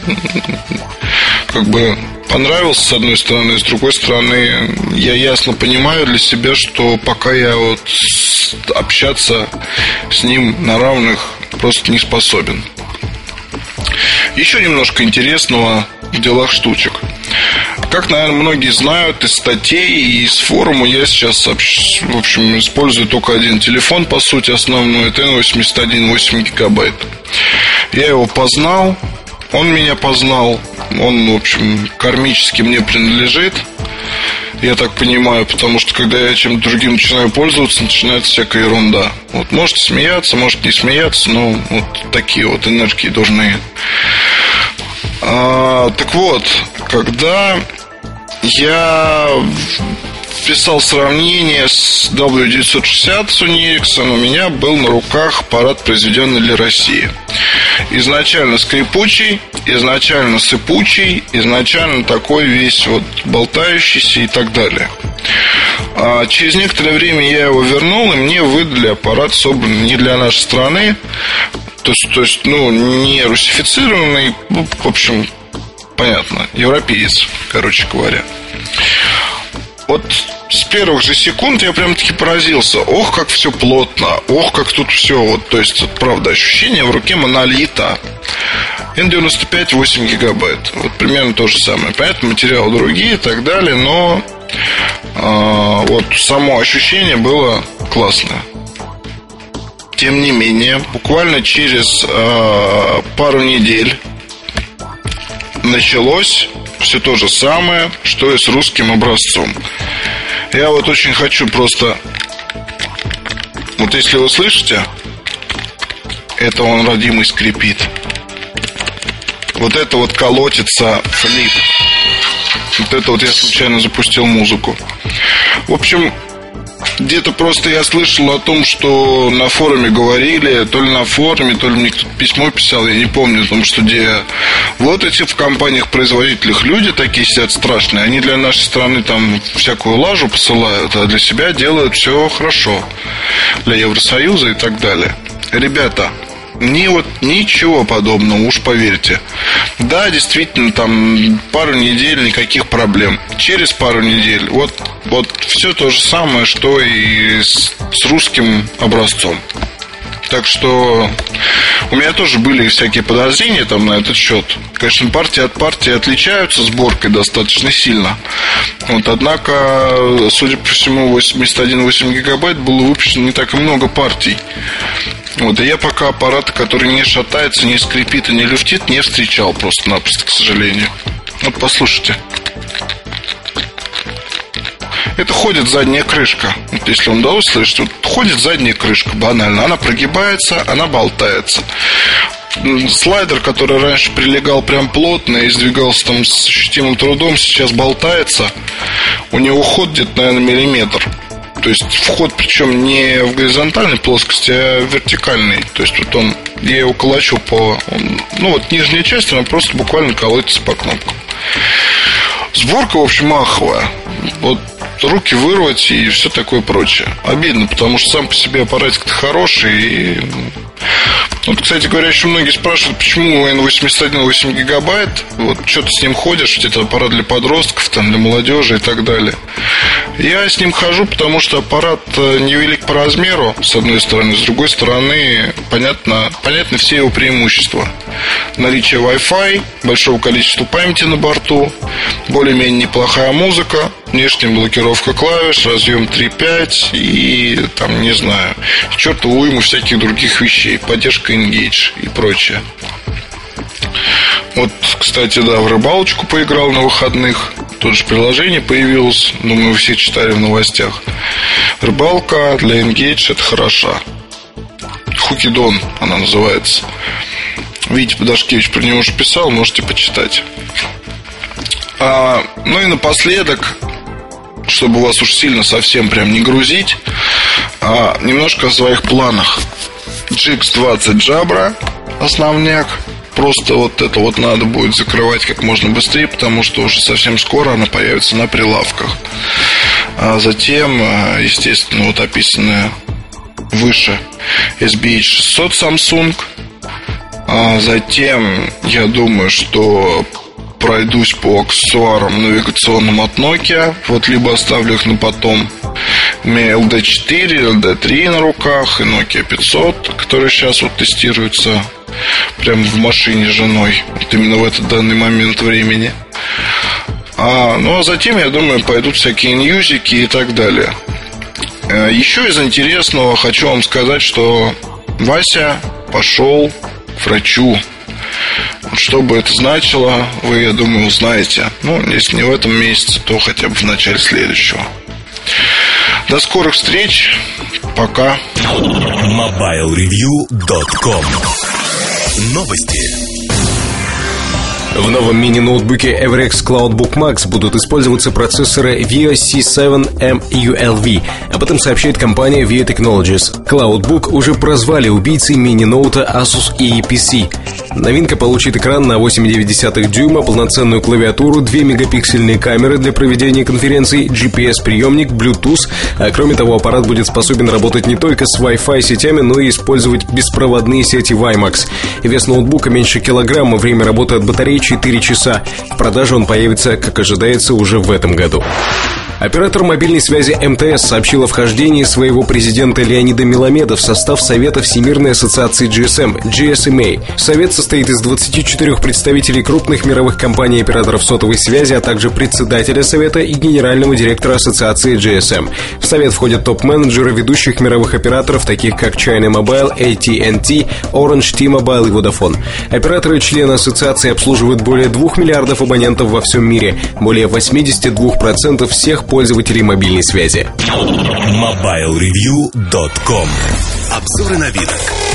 понравился, с одной стороны. С другой стороны, я ясно понимаю для себя, что пока я общаться с ним на равных просто не способен. Еще немножко интересного в делах штучек. Как, наверное, многие знают из статей и из форума, я сейчас, в общем, использую только один телефон, по сути, основной. Это N81 8 гигабайт. Я его познал, он меня познал. Он, в общем, кармически мне принадлежит, я так понимаю, потому что когда я чем-то другим начинаю пользоваться, начинается всякая ерунда. Можете смеяться, можете не смеяться, но такие энергии должны. Так вот, когда я писал сравнение с W960 Sony Ericsson, у меня был на руках аппарат, произведенный для России. Изначально скрипучий, изначально сыпучий, изначально такой весь болтающийся и так далее. А через некоторое время я его вернул, и мне выдали аппарат, собранный не для нашей страны, то есть не русифицированный, в общем, понятно, европеец, короче говоря. С первых же секунд я прям-таки поразился. Ох, как все плотно. Ох, как тут все. То есть, правда, ощущение в руке монолита. N95 8 гигабайт. Примерно то же самое. Понятно, материалы другие и так далее. Но само ощущение было классное. Тем не менее, буквально через пару недель началось все то же самое, что и с русским образцом. Я очень хочу просто... если вы слышите, это он, родимый, скрипит. Это колотится флип. Это я случайно запустил музыку. В общем, где-то просто я слышал о том, что на форуме говорили, то ли на форуме, то ли мне кто-то письмо писал, я не помню, о том, что эти в компаниях-производителях люди такие сидят страшные, они для нашей страны там всякую лажу посылают, а для себя делают все хорошо, для Евросоюза и так далее. Ребята, ничего подобного, уж поверьте. Да, действительно, там пару недель никаких проблем. Через пару недель все то же самое, что и с русским образцом. Так что у меня тоже были всякие подозрения на этот счет. Конечно, партии от партии отличаются сборкой достаточно сильно. Однако, судя по всему, 81 8 гигабайт было выпущено не так и много партий. И я пока аппарата, который не шатается, не скрипит и не люфтит, не встречал просто-напросто, к сожалению. Послушайте. Это ходит задняя крышка. Если вам удалось слышать, ходит задняя крышка, банально. Она прогибается, она болтается. Слайдер, который раньше прилегал прям плотно и сдвигался там с ощутимым трудом, сейчас болтается. У него ход где-то, наверное, миллиметр. То есть вход, причем не в горизонтальной плоскости, а вертикальной. То есть я его колочу по... нижняя часть, она просто буквально колотится по кнопкам. Сборка, в общем, аховая. Руки вырвать и все такое прочее. Обидно, потому что сам по себе аппаратик-то хороший. И Вот, кстати говоря, еще многие спрашивают, почему N81 8 гигабайт, вот что ты с ним ходишь, это аппарат для подростков, там, для молодежи и так далее. Я с ним хожу, потому что аппарат невелик по размеру, с одной стороны, с другой стороны, понятны все его преимущества. Наличие Wi-Fi, большого количества памяти на борту, более-менее неплохая музыка, внешняя блокировка клавиш, разъем 3.5 и, там, не знаю, чертову уйму всяких других вещей, поддержка Engage и прочее. Вот, кстати, да, в рыбалочку поиграл на выходных. Тут же приложение появилось, думаю, вы все читали в новостях. Рыбалка для Engage — это хороша. Хукидон она называется. Витя Подашкевич про него уже писал, можете почитать. Ну и напоследок, чтобы вас уж сильно совсем прям не грузить, немножко о своих планах. GX20 Jabra, основняк. Просто вот это вот надо будет закрывать как можно быстрее, потому что уже совсем скоро она появится на прилавках. А затем, естественно, вот описанная выше SBH600 Samsung. А затем, я думаю, что пройдусь по аксессуарам навигационным от Nokia. Вот либо оставлю их на потом. У меня LD4, LD3 на руках и Nokia 500, которые сейчас вот тестируются прямо в машине с женой. Вот именно в этот данный момент времени. Ну а затем, я думаю, пойдут всякие ньюзики и так далее. Еще из интересного хочу вам сказать, что Вася пошел к врачу. Что бы это значило, вы, я думаю, узнаете. Ну, если не в этом месяце, то хотя бы в начале следующего. До скорых встреч. Пока. MobileReview.com. Новости. В новом мини-ноутбуке Everex CloudBook Max будут использоваться процессоры VIO C7 MULV. Об этом сообщает компания VIO Technologies. CloudBook уже прозвали убийцей мини-ноута Asus EPC. Новинка получит экран на 8,9 дюйма, полноценную клавиатуру, 2 мегапиксельные камеры для проведения конференций, GPS-приемник, Bluetooth. А кроме того, аппарат будет способен работать не только с Wi-Fi сетями, но и использовать беспроводные сети WiMAX. Вес ноутбука меньше килограмма, время работы от батареи 4 часа. В продаже он появится, как ожидается, уже в этом году. Оператор мобильной связи МТС сообщил о вхождении своего президента Леонида Меламеда в состав Совета Всемирной ассоциации GSM, GSMA. Совет состоит из 24 представителей крупных мировых компаний операторов сотовой связи, а также председателя Совета и генерального директора ассоциации GSM. В Совет входят топ-менеджеры ведущих мировых операторов, таких как China Mobile, AT&T, Orange, T-Mobile и Vodafone. Операторы и члены ассоциации обслуживают более 2 миллиардов абонентов во всем мире, более 82% всех пользователей мобильной связи. MobileReview.com. Обзоры новинок.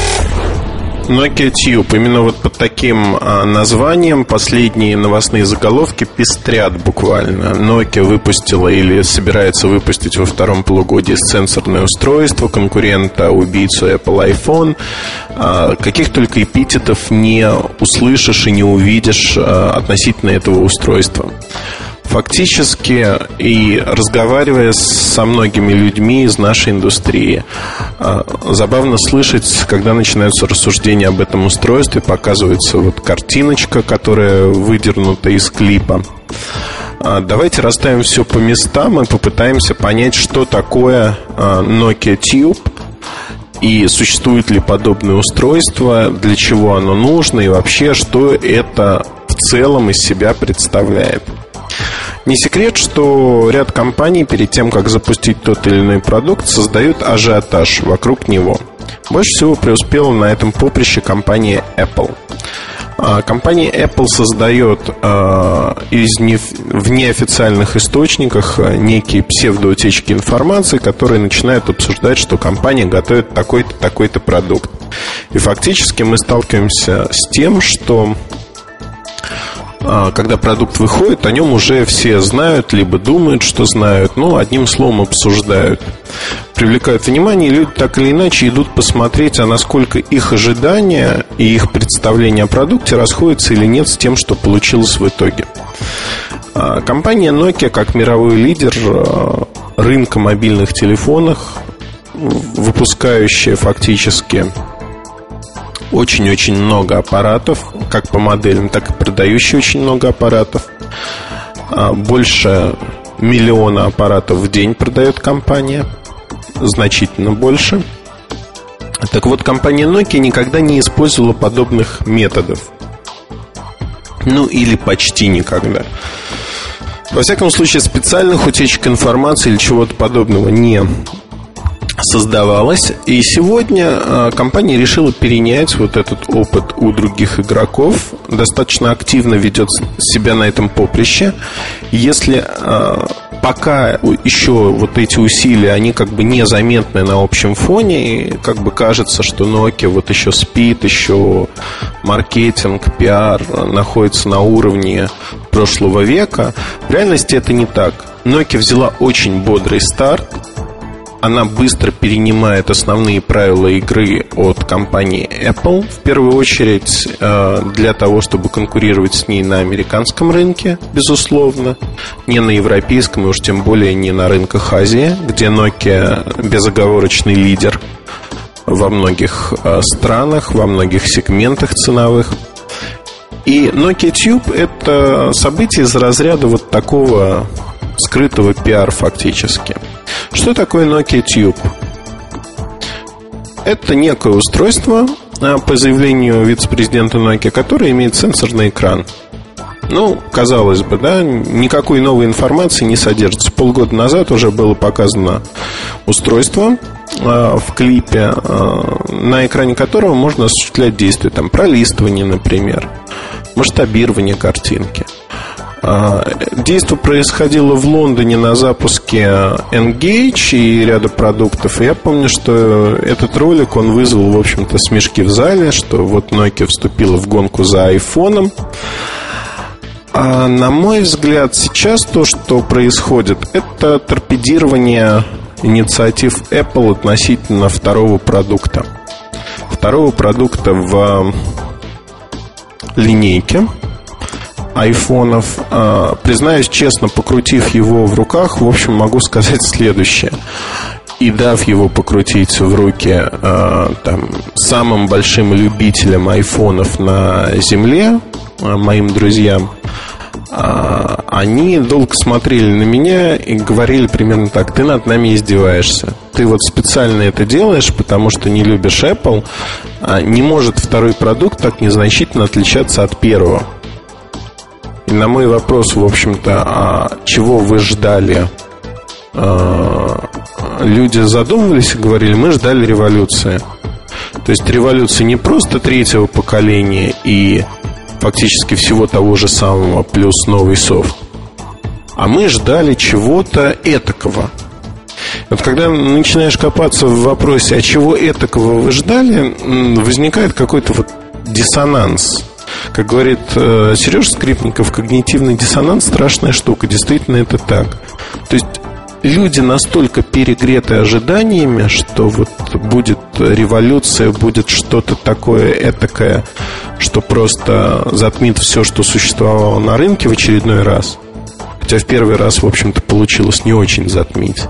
Nokia Tube. Именно вот под таким названием последние новостные заголовки пестрят буквально. Nokia выпустила или собирается выпустить во втором полугодии сенсорное устройство конкурента убийцу Apple iPhone. Каких только эпитетов не услышишь и не увидишь относительно этого устройства. Фактически, и разговаривая со многими людьми из нашей индустрии, забавно слышать, когда начинаются рассуждения об этом устройстве, показывается вот картиночка, которая выдернута из клипа. Давайте расставим все по местам и попытаемся понять, что такое Nokia Tube и существует ли подобное устройство, для чего оно нужно и вообще, что это в целом из себя представляет. Не секрет, что ряд компаний перед тем, как запустить тот или иной продукт, создают ажиотаж вокруг него. Больше всего преуспела на этом поприще компания Apple. Компания Apple создает в неофициальных источниках некие псевдоутечки информации, которые начинают обсуждать, что компания готовит такой-то, такой-то продукт. И фактически мы сталкиваемся с тем, что когда продукт выходит, о нем уже все знают, либо думают, что знают, одним словом обсуждают, привлекают внимание, и люди так или иначе идут посмотреть, а насколько их ожидания и их представление о продукте расходятся или нет с тем, что получилось в итоге. Компания Nokia, как мировой лидер рынка мобильных телефонов, выпускающая фактически очень-очень много аппаратов, как по моделям, так и продающие очень много аппаратов. Больше 1 миллиона аппаратов в день продает компания, значительно больше. Так вот, компания Nokia никогда не использовала подобных методов. Ну, или почти никогда. Во всяком случае, специальных утечек информации или чего-то подобного не создавалось. И сегодня компания решила перенять вот этот опыт у других игроков. Достаточно активно ведет себя на этом поприще. Если пока еще вот эти усилия, они как бы незаметны на общем фоне, и как бы кажется, что Nokia вот еще спит, еще маркетинг, пиар находится на уровне прошлого века. В реальности это не так. Nokia взяла очень бодрый старт. Она быстро перенимает основные правила игры от компании Apple, в первую очередь для того, чтобы конкурировать с ней на американском рынке, безусловно, не на европейском и уж тем более не на рынках Азии, где Nokia безоговорочный лидер во многих странах, во многих сегментах ценовых. И Nokia Tube — это событие из разряда вот такого скрытого пиар фактически. Что такое Nokia Tube? Это некое устройство, по заявлению вице-президента Nokia, которое имеет сенсорный экран. Ну, казалось бы, да, никакой новой информации не содержится. Полгода назад уже было показано устройство в клипе, на экране которого можно осуществлять действия, там, пролистывание, например, масштабирование картинки. Действие происходило в Лондоне на запуске Engage и ряда продуктов. И я помню, что этот ролик, он вызвал, в общем-то, смешки в зале, что вот Nokia вступила в гонку за айфоном. А на мой взгляд, сейчас то, что происходит, это торпедирование инициатив Apple относительно второго продукта. Второго продукта в линейке айфонов. Признаюсь честно, покрутив его в руках, в общем, могу сказать следующее. И дав его покрутить в руки там, самым большим любителям айфонов на земле, моим друзьям, они долго смотрели на меня и говорили примерно так: ты над нами издеваешься. Ты вот специально это делаешь, потому что не любишь Apple. Не может второй продукт так незначительно отличаться от первого. И на мой вопрос, в общем-то, чего вы ждали? Люди задумывались и говорили: мы ждали революции. То есть революции не просто третьего поколения и фактически всего того же самого плюс новый софт, а мы ждали чего-то этакого. Вот когда начинаешь копаться в вопросе, а чего этакого вы ждали, возникает какой-то вот диссонанс. Как говорит Сережа Скрипников, когнитивный диссонанс — страшная штука. Действительно, это так. То есть люди настолько перегреты ожиданиями, что вот будет революция, будет что-то такое этакое, что просто затмит все, что существовало на рынке в очередной раз. Хотя в первый раз, в общем-то, получилось не очень затмить.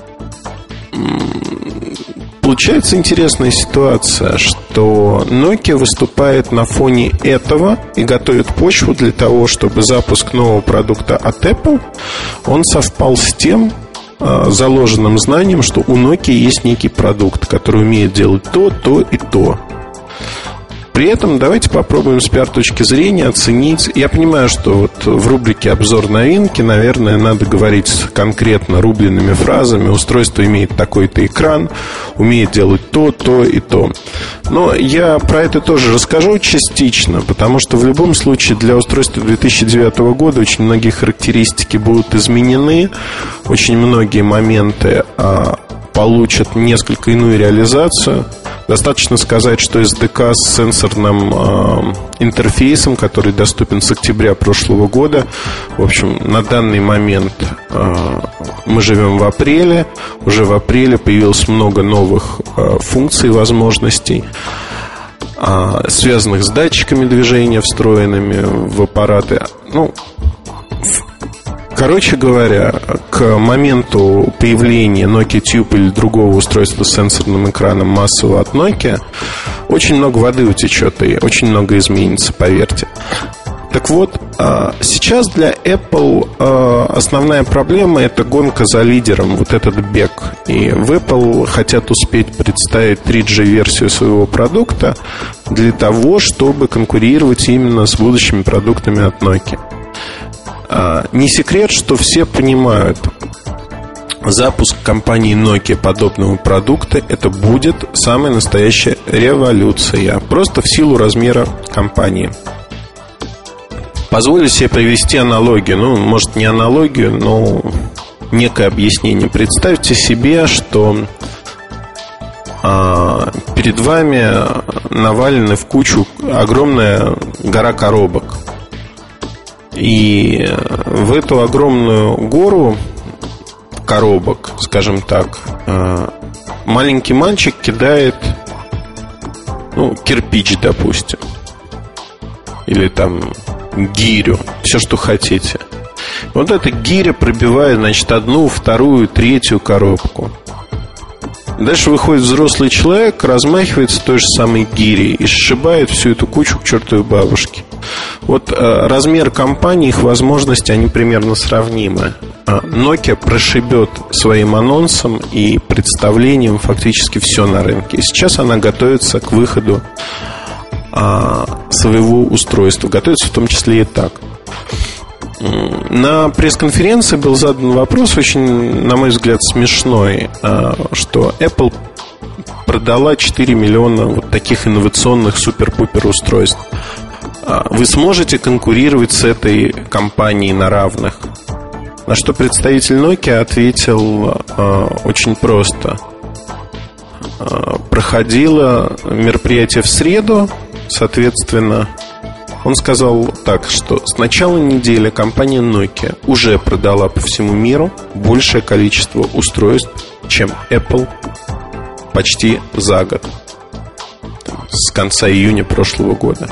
Получается интересная ситуация, что Nokia выступает на фоне этого и готовит почву для того, чтобы запуск нового продукта от Apple, он совпал с тем заложенным знанием, что у Nokia есть некий продукт, который умеет делать то, то и то. При этом давайте попробуем с пиар-точки зрения оценить. Я понимаю, что вот в рубрике «Обзор новинки», наверное, надо говорить конкретно рубленными фразами. Устройство имеет такой-то экран, умеет делать то, то и то. Но я про это тоже расскажу частично, потому что в любом случае для устройства 2009 года очень многие характеристики будут изменены. Очень многие моменты получат несколько иную реализацию. Достаточно сказать, что SDK с сенсорным интерфейсом, который доступен с октября прошлого года, в общем, на данный момент мы живем в апреле. Уже в апреле появилось много новых функций и возможностей, связанных с датчиками движения, встроенными в аппараты. Ну, Короче говоря, к моменту появления Nokia Tube или другого устройства с сенсорным экраном массового от Nokia очень много воды утечет и очень много изменится, поверьте. Так вот, сейчас для Apple основная проблема — это гонка за лидером, вот этот бег. И в Apple хотят успеть представить 3G-версию своего продукта для того, чтобы конкурировать именно с будущими продуктами от Nokia. Не секрет, что все понимают, запуск компании Nokia подобного продукта — это будет самая настоящая революция, просто в силу размера компании. Позволю себе привести аналогию. Ну, может, не аналогию, но некое объяснение. Представьте себе, что перед вами навалены в кучу огромная гора коробок. И в эту огромную гору коробок, скажем так, маленький мальчик кидает, кирпич, допустим, или там гирю, все, что хотите. Вот эта гиря пробивает, значит, одну, вторую, третью коробку. Дальше выходит взрослый человек, размахивается той же самой гирей и сшибает всю эту кучу к чертовой бабушке. Вот размер компании, их возможности, они примерно сравнимы. Nokia прошибет своим анонсом и представлением фактически все на рынке. И сейчас она готовится к выходу своего устройства. Готовится в том числе и так. На пресс-конференции был задан вопрос, очень, на мой взгляд, смешной, что Apple продала 4 миллиона вот таких инновационных супер-пупер устройств. Вы сможете конкурировать с этой компанией на равных? На что представитель Nokia ответил очень просто. Проходило мероприятие в среду, соответственно, он сказал так, что с начала недели компания Nokia уже продала по всему миру большее количество устройств, чем Apple почти за год, с конца июня прошлого года.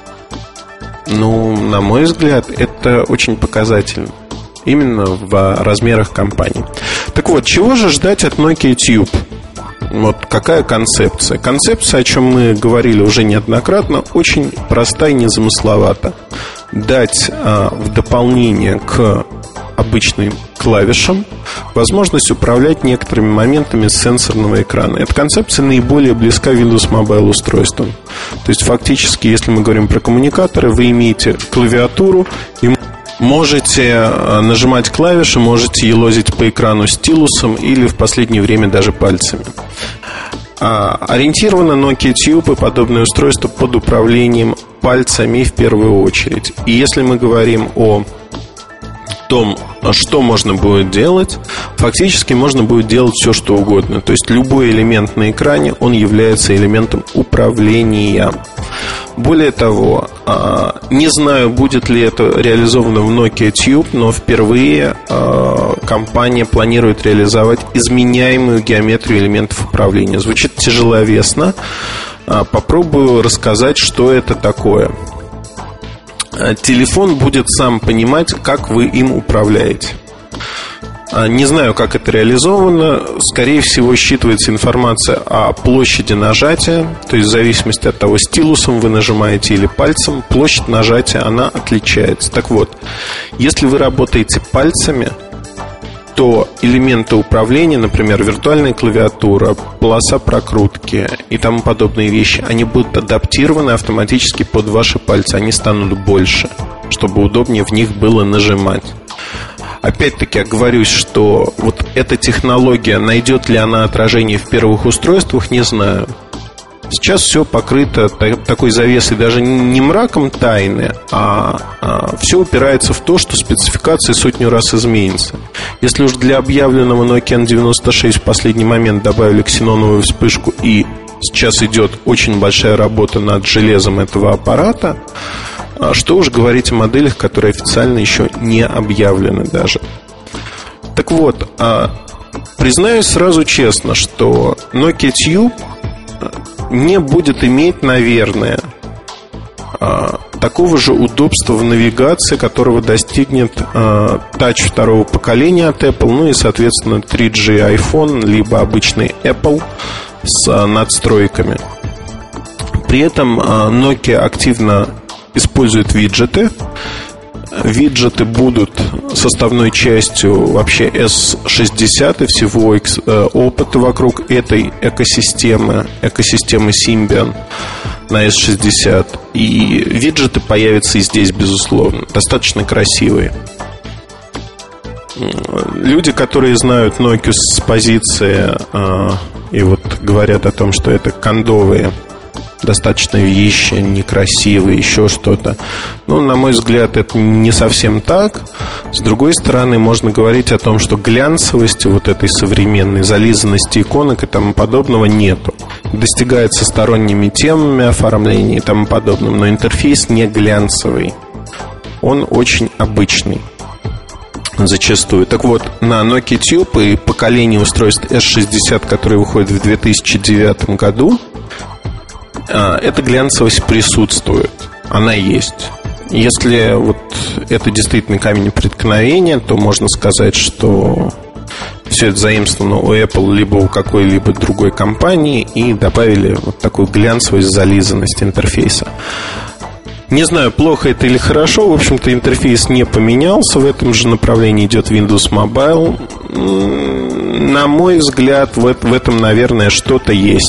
На мой взгляд, это очень показательно именно в размерах компании. Так вот, чего же ждать от Nokia Tube? Вот какая концепция? Концепция, о чем мы говорили уже неоднократно, очень проста и незамысловата. Дать в дополнение к обычным клавишам возможность управлять некоторыми моментами сенсорного экрана. Эта концепция наиболее близка Windows Mobile устройствам. То есть фактически, если мы говорим про коммуникаторы, вы имеете клавиатуру и можете нажимать клавиши, можете елозить по экрану стилусом или в последнее время даже пальцами. Ориентировано Nokia Tube и подобные устройства под управлением пальцами в первую очередь. И если мы говорим о том, что можно будет делать, фактически можно будет делать все, что угодно. То есть любой элемент на экране, он является элементом управления. Более того, не знаю, будет ли это реализовано в Nokia Tube, но впервые компания планирует реализовать изменяемую геометрию элементов управления. Звучит тяжеловесно. Попробую рассказать, что это такое. Телефон будет сам понимать, как вы им управляете. Не знаю, как это реализовано. Скорее всего, считывается информация о площади нажатия. То есть в зависимости от того, стилусом вы нажимаете или пальцем, площадь нажатия, она отличается. Так вот, если вы работаете пальцами, то элементы управления, например, виртуальная клавиатура, полоса прокрутки и тому подобные вещи, они будут адаптированы автоматически под ваши пальцы. Они станут больше, чтобы удобнее в них было нажимать. Опять-таки оговорюсь, что вот эта технология, найдет ли она отражение в первых устройствах, не знаю. Сейчас все покрыто такой завесой, даже не мраком тайны, а все упирается в то, что спецификации сотню раз изменятся. Если уж для объявленного Nokia N96 в последний момент добавили ксеноновую вспышку, и сейчас идет очень большая работа над железом этого аппарата, что уж говорить о моделях, которые официально еще не объявлены даже. Так вот, признаюсь сразу честно, что Nokia Tube не будет иметь, наверное, такого же удобства в навигации, которого достигнет Touch второго поколения от Apple, ну и, соответственно, 3G iPhone, либо обычный Apple с надстройками. При этом Nokia активно использует виджеты. Виджеты будут составной частью вообще S60 и всего опыта вокруг этой экосистемы Symbian на S60. И виджеты появятся и здесь, безусловно. Достаточно красивые. Люди, которые знают Nokia с позиции и вот говорят о том, что это кондовые достаточно вещи, некрасивые, еще что-то. Ну, на мой взгляд, это не совсем так. С другой стороны, можно говорить о том, что глянцевости вот этой современной, зализанности иконок и тому подобного нету. Достигается сторонними темами оформления и тому подобным, но интерфейс не глянцевый. Он очень обычный зачастую. Так вот, на Nokia Tube и поколении устройств S60, которые выходят в 2009 году, эта глянцевость присутствует. Она есть. Если вот это действительно камень преткновения, то можно сказать, что все это заимствовано у Apple либо у какой-либо другой компании и добавили вот такую глянцевость, зализанность интерфейса. Не знаю, плохо это или хорошо. В общем-то, интерфейс не поменялся. В этом же направлении идет Windows Mobile. На мой взгляд, в этом, наверное, что-то есть.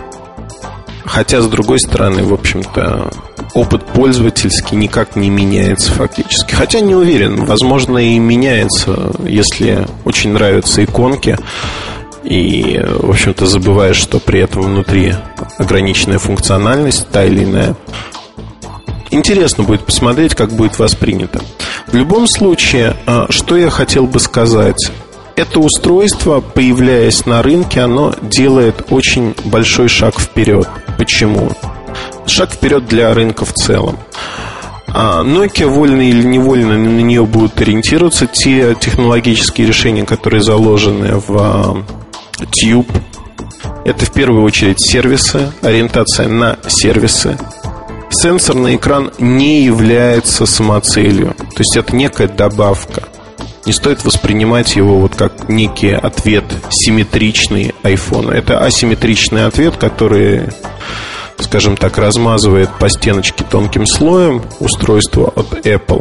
Хотя, с другой стороны, в общем-то, опыт пользовательский никак не меняется фактически. Хотя не уверен, возможно, и меняется, если очень нравятся иконки. И, в общем-то, забываешь, что при этом внутри ограниченная функциональность, та или иная. Интересно будет посмотреть, как будет воспринято. В любом случае, что я хотел бы сказать. Это устройство, появляясь на рынке, оно делает очень большой шаг вперед. Почему? Шаг вперед для рынка в целом. Nokia, вольно или невольно, на нее будут ориентироваться. Те технологические решения, которые заложены в Tube, это в первую очередь сервисы, ориентация на сервисы. Сенсорный экран не является самоцелью. То есть это некая добавка. Не стоит воспринимать его вот как некий ответ симметричный iPhone. Это асимметричный ответ, который, скажем так, размазывает по стеночке тонким слоем устройство от Apple.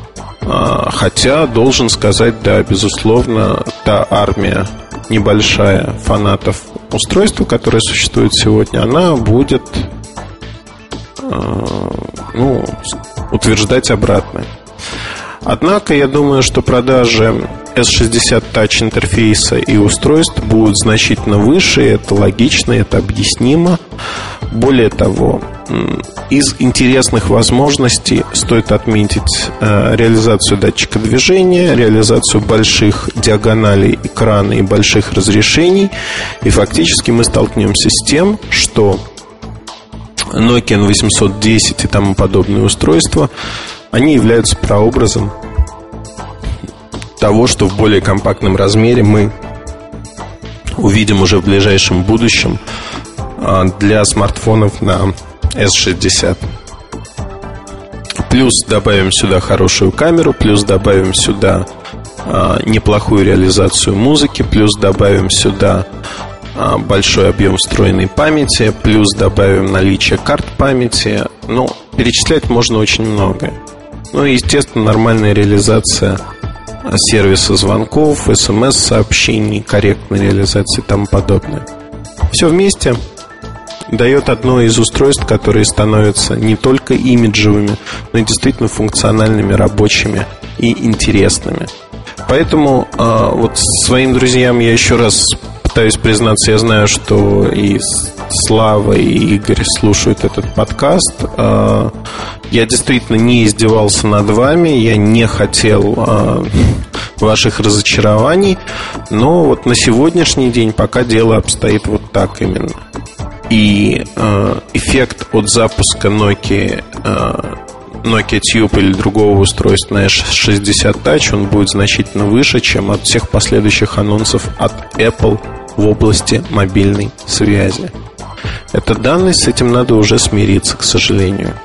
Хотя, должен сказать, да, безусловно, та армия небольшая фанатов устройства, которое существует сегодня, она будет утверждать обратное. Однако, я думаю, что продажи S60 Touch интерфейса и устройств будут значительно выше. Это логично, это объяснимо. Более того, из интересных возможностей стоит отметить реализацию датчика движения, реализацию больших диагоналей экрана и больших разрешений. И фактически мы столкнемся с тем, что Nokia N810 и тому подобные устройства, они являются прообразом того, что в более компактном размере мы увидим уже в ближайшем будущем для смартфонов на S60. Плюс добавим сюда хорошую камеру, плюс добавим сюда неплохую реализацию музыки, плюс добавим сюда большой объем встроенной памяти, плюс добавим наличие карт памяти. Ну, перечислять можно очень многое. Ну и, естественно, нормальная реализация сервиса звонков, смс-сообщений, корректной реализации и тому подобное. Все вместе дает одно из устройств, которые становятся не только имиджевыми, но и действительно функциональными, рабочими и интересными. Поэтому вот своим друзьям я еще раз пытаюсь признаться, я знаю, что и Слава, и Игорь слушают этот подкаст. Я действительно не издевался над вами, я не хотел ваших разочарований, но вот на сегодняшний день пока дело обстоит вот так именно. И эффект от запуска Nokia Tube или другого устройства на S60 Touch, он будет значительно выше, чем от всех последующих анонсов от Apple в области мобильной связи. Это данность, с этим надо уже смириться, к сожалению.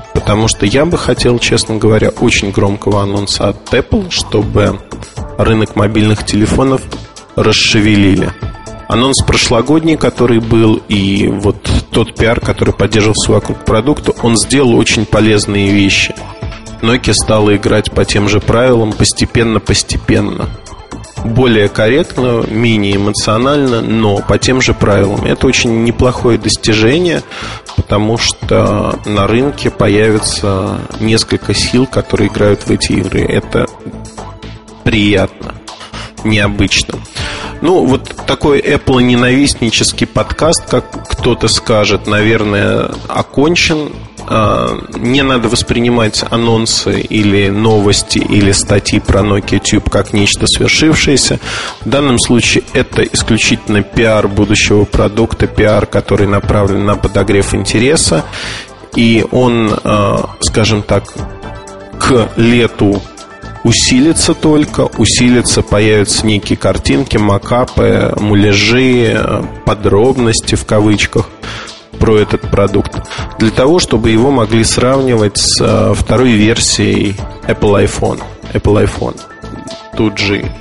Потому что я бы хотел, честно говоря, очень громкого анонса от Apple, чтобы рынок мобильных телефонов расшевелили. Анонс прошлогодний, который был, и вот тот пиар, который поддерживался вокруг продукта, он сделал очень полезные вещи. Nokia стала играть по тем же правилам постепенно. Более корректно, менее эмоционально, но по тем же правилам. Это очень неплохое достижение, потому что на рынке появится несколько сил, которые играют в эти игры. Это приятно, необычно. Ну, вот такой Apple-ненавистнический подкаст, как кто-то скажет, наверное, окончен. Не надо воспринимать анонсы или новости, или статьи про Nokia Tube как нечто свершившееся. В данном случае это исключительно пиар будущего продукта, пиар, который направлен на подогрев интереса. И он, скажем так, к лету усилится, появятся некие картинки, макапы, муляжи, подробности в кавычках про этот продукт, для того, чтобы его могли сравнивать с второй версией Apple iPhone 2G.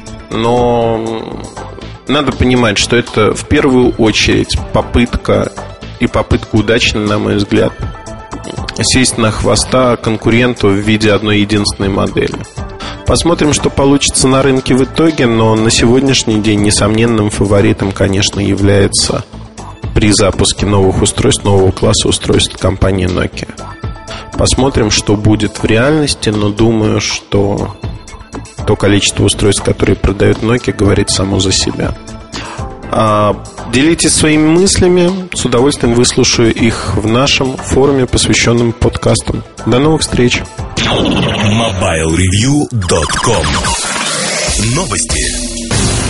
Но надо понимать, что это в первую очередь попытка удачная, на мой взгляд, сесть на хвоста конкуренту в виде одной единственной модели. Посмотрим, что получится на рынке в итоге, но на сегодняшний день несомненным фаворитом, конечно, является при запуске новых устройств, нового класса устройств компании Nokia. Посмотрим, что будет в реальности, но думаю, что то количество устройств, которые продает Nokia, говорит само за себя. Делитесь своими мыслями, с удовольствием выслушаю их в нашем форуме, посвященном подкастам. До новых встреч! MobileReview.com. Новости.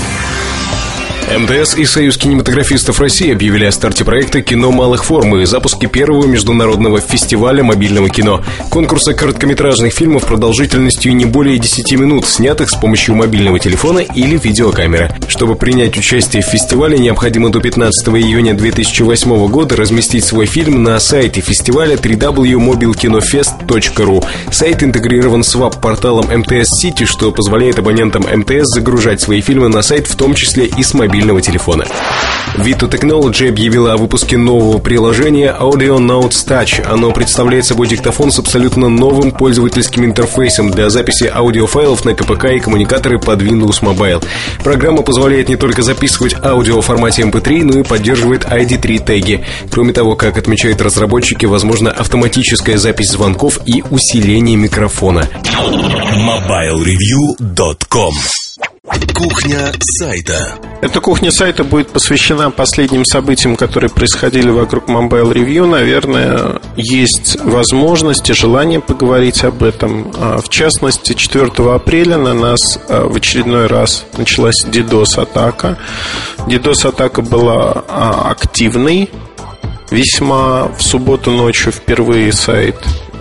МТС и Союз кинематографистов России объявили о старте проекта «Кино малых форм» и запуске первого международного фестиваля мобильного кино. Конкурса короткометражных фильмов продолжительностью не более 10 минут, снятых с помощью мобильного телефона или видеокамеры. Чтобы принять участие в фестивале, необходимо до 15 июня 2008 года разместить свой фильм на сайте фестиваля www.mobilkinofest.ru. Сайт интегрирован с веб-порталом МТС Сити, что позволяет абонентам МТС загружать свои фильмы на сайт, в том числе и с мобильного телефона. Vito Technology объявила о выпуске нового приложения Audio Notes Touch. Оно представляет собой диктофон с абсолютно новым пользовательским интерфейсом для записи аудиофайлов на КПК и коммуникаторы под Windows Mobile. Программа позволяет не только записывать аудио в формате MP3, но и поддерживает ID3 теги. Кроме того, как отмечают разработчики, возможна автоматическая запись звонков и усиление микрофона. MobileReview.com. Кухня сайта. Эта кухня сайта будет посвящена последним событиям, которые происходили вокруг Mobile Review. Наверное, есть возможность и желание поговорить об этом. В частности, 4 апреля на нас в очередной раз началась DDoS-атака. DDoS-атака была активной весьма. В субботу ночью впервые сайт...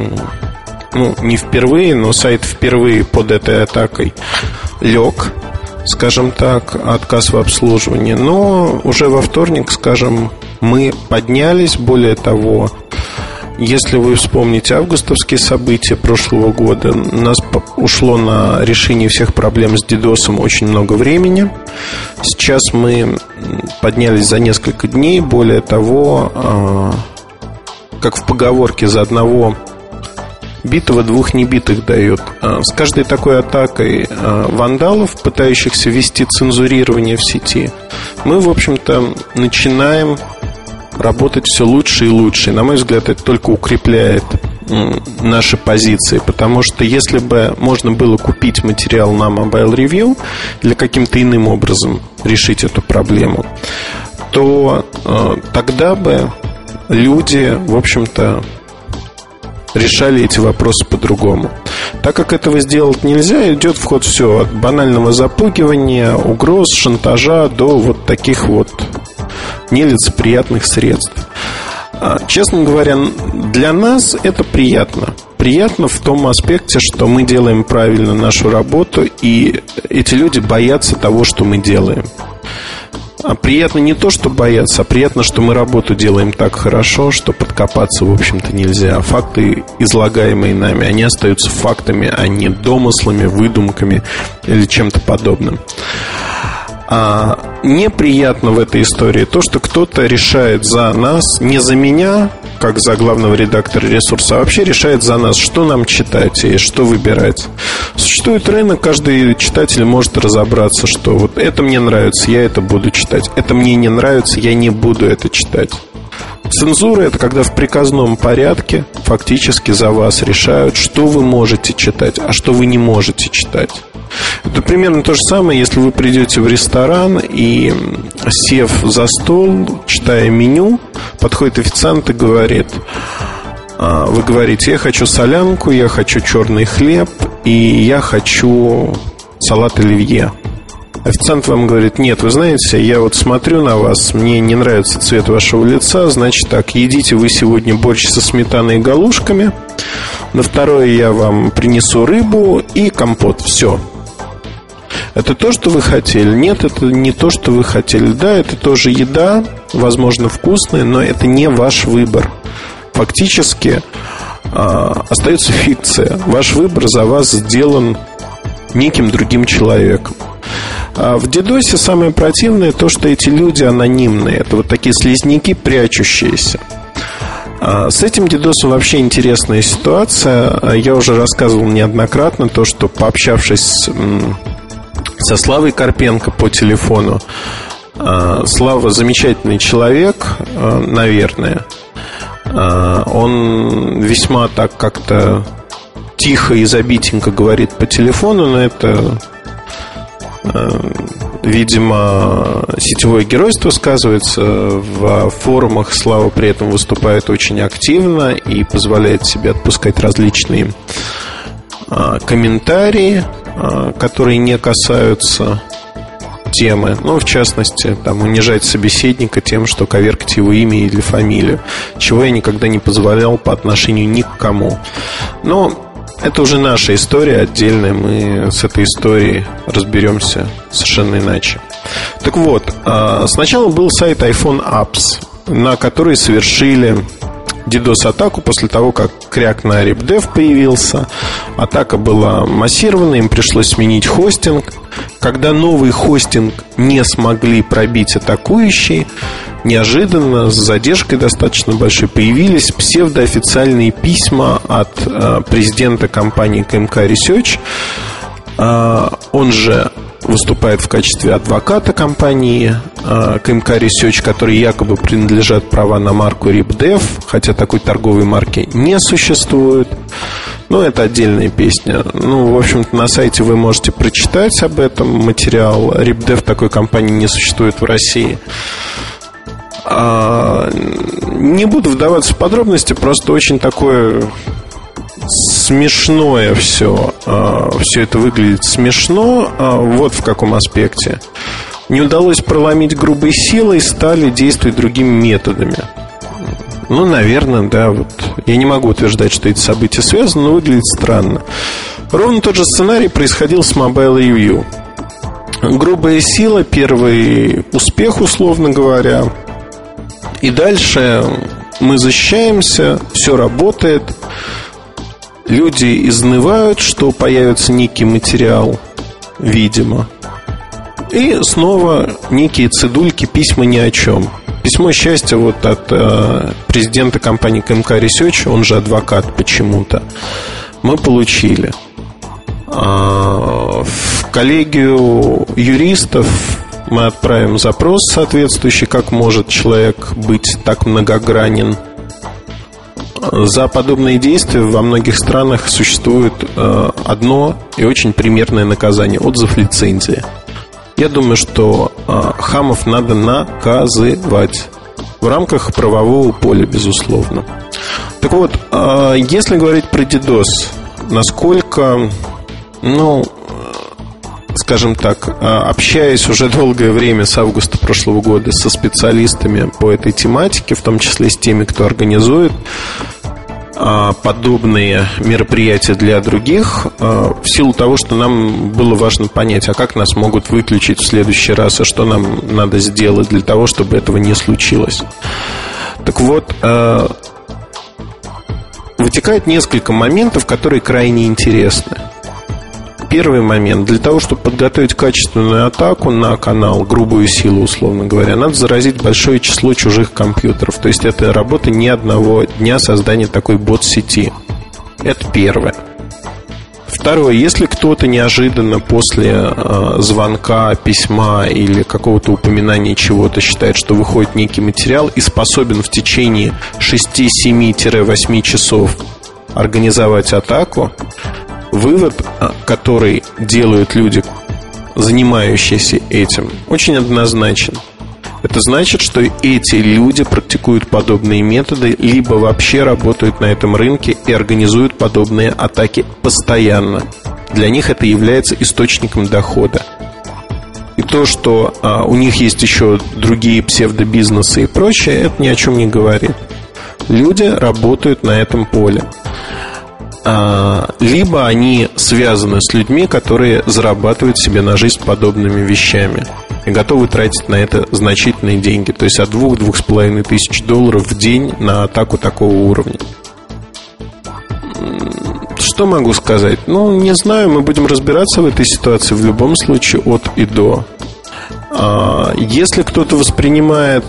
не впервые, но сайт впервые под этой атакой лег, скажем так, отказ в обслуживании. Но уже во вторник, скажем, мы поднялись. Более того, если вы вспомните августовские события прошлого года, у нас ушло на решение всех проблем с DDoS очень много времени. Сейчас мы поднялись за несколько дней. Более того, как в поговорке, за одного битого двух небитых дают. С каждой такой атакой вандалов, пытающихся вести цензурирование в сети, мы, в общем-то, начинаем работать все лучше и лучше. И, на мой взгляд, это только укрепляет наши позиции. Потому что если бы можно было купить материал на Mobile Review или каким-то иным образом решить эту проблему, то тогда бы люди, в общем-то, решали эти вопросы по-другому. Так как этого сделать нельзя, идет в ход все от банального запугивания, угроз, шантажа до вот таких вот нелицеприятных средств. Честно говоря, для нас это приятно. Приятно в том аспекте, что мы делаем правильно нашу работу, и эти люди боятся того, что мы делаем. приятно не то, что бояться, а приятно, что мы работу делаем так хорошо, что подкопаться, в общем-то, нельзя. Факты, излагаемые нами, они остаются фактами, а не домыслами, выдумками или чем-то подобным. Неприятно в этой истории то, что кто-то решает за нас, не за меня, как за главного редактора ресурса, а вообще решает за нас, что нам читать и что выбирать. Существует рынок, каждый читатель может разобраться, что вот это мне нравится, я это буду читать, это мне не нравится, я не буду это читать. Цензура — это когда в приказном порядке фактически за вас решают, что вы можете читать, а что вы не можете читать. Это примерно то же самое, если вы придете в ресторан и, сев за стол, читая меню, подходит официант и говорит: вы говорите, я хочу солянку, я хочу черный хлеб и я хочу салат оливье. Официант вам говорит: нет, вы знаете, я вот смотрю на вас, мне не нравится цвет вашего лица, значит так, едите вы сегодня борщ со сметаной и галушками, на второе я вам принесу рыбу и компот, все. Это то, что вы хотели? Нет, это не то, что вы хотели. Да, это тоже еда, возможно, вкусная, но это не ваш выбор. Фактически остается фикция. Ваш выбор за вас сделан неким другим человеком. В DDoS самое противное то, что эти люди анонимные. Это вот такие слизняки, прячущиеся. С этим DDoS вообще интересная ситуация. Я уже рассказывал неоднократно то, что, пообщавшись со Славой Карпенко по телефону, Слава замечательный человек, наверное. Он весьма так как-то тихо и забитенько говорит по телефону, но это, видимо, сетевое геройство сказывается. В форумах Слава при этом выступает очень активно и позволяет себе отпускать различные комментарии, которые не касаются темы. Ну, в частности, там, унижать собеседника тем, что коверкать его имя или фамилию, чего я никогда не позволял по отношению ни к кому. Но это уже наша история отдельная. Мы с этой историей разберемся совершенно иначе. Так вот, сначала был сайт iPhone Apps, на который совершили DDoS-атаку после того, как кряк на RipDev появился. Атака была массированная, им пришлось сменить хостинг. Когда новый хостинг не смогли пробить атакующие, неожиданно, с задержкой достаточно большой, появились псевдоофициальные письма от президента компании КМК Research. Он же выступает в качестве адвоката компании КМК Research, которой якобы принадлежат права на марку RipDev, хотя такой торговой марки не существует. Но это отдельная песня. Ну, в общем-то, на сайте вы можете прочитать об этом материал. RipDev такой компании не существует в России. Не буду вдаваться в подробности, просто очень такое смешное все. Все это выглядит смешно. Вот в каком аспекте. Не удалось проломить грубой силой, стали действовать другими методами. Ну, наверное, да. Вот. Я не могу утверждать, что эти события связаны, но выглядит странно. Ровно тот же сценарий происходил с Mobile Review. Грубая сила, первый успех, условно говоря. И дальше мы защищаемся, все работает. Люди изнывают, что появится некий материал, видимо. И снова некие цедульки, письма ни о чем. Письмо счастья вот от президента компании КМК Research, он же адвокат почему-то, мы получили. В коллегию юристов мы отправим запрос соответствующий, как может человек быть так многогранен. За подобные действия во многих странах существует одно и очень примерное наказание – отзыв лицензии. Я думаю, что хамов надо наказывать в рамках правового поля, безусловно. Так вот, если говорить про DDoS, насколько, скажем так, общаясь уже долгое время с августа прошлого года со специалистами по этой тематике, в том числе с теми, кто организует подобные мероприятия для других, в силу того, что нам было важно понять, а как нас могут выключить в следующий раз, и что нам надо сделать для того, чтобы этого не случилось. Так вот, вытекает несколько моментов, которые крайне интересны. Первый момент. Для того, чтобы подготовить качественную атаку на канал, грубую силу, условно говоря, надо заразить большое число чужих компьютеров. То есть это работа не одного дня создания такой бот-сети. Это первое. Второе. Если кто-то неожиданно после звонка, письма или какого-то упоминания чего-то считает, что выходит некий материал и способен в течение 6-7-8 часов организовать атаку, вывод, который делают люди, занимающиеся этим, очень однозначен. Это значит, что эти люди практикуют подобные методы, либо вообще работают на этом рынке и организуют подобные атаки постоянно. Для них это является источником дохода. И то, что у них есть еще другие псевдобизнесы и прочее, это ни о чем не говорит. Люди работают на этом поле. Либо они связаны с людьми, которые зарабатывают себе на жизнь подобными вещами и готовы тратить на это значительные деньги. То есть от 2-2,5 тысяч долларов в день на атаку такого уровня. Что могу сказать? Не знаю, мы будем разбираться в этой ситуации в любом случае от и до. Если кто-то воспринимает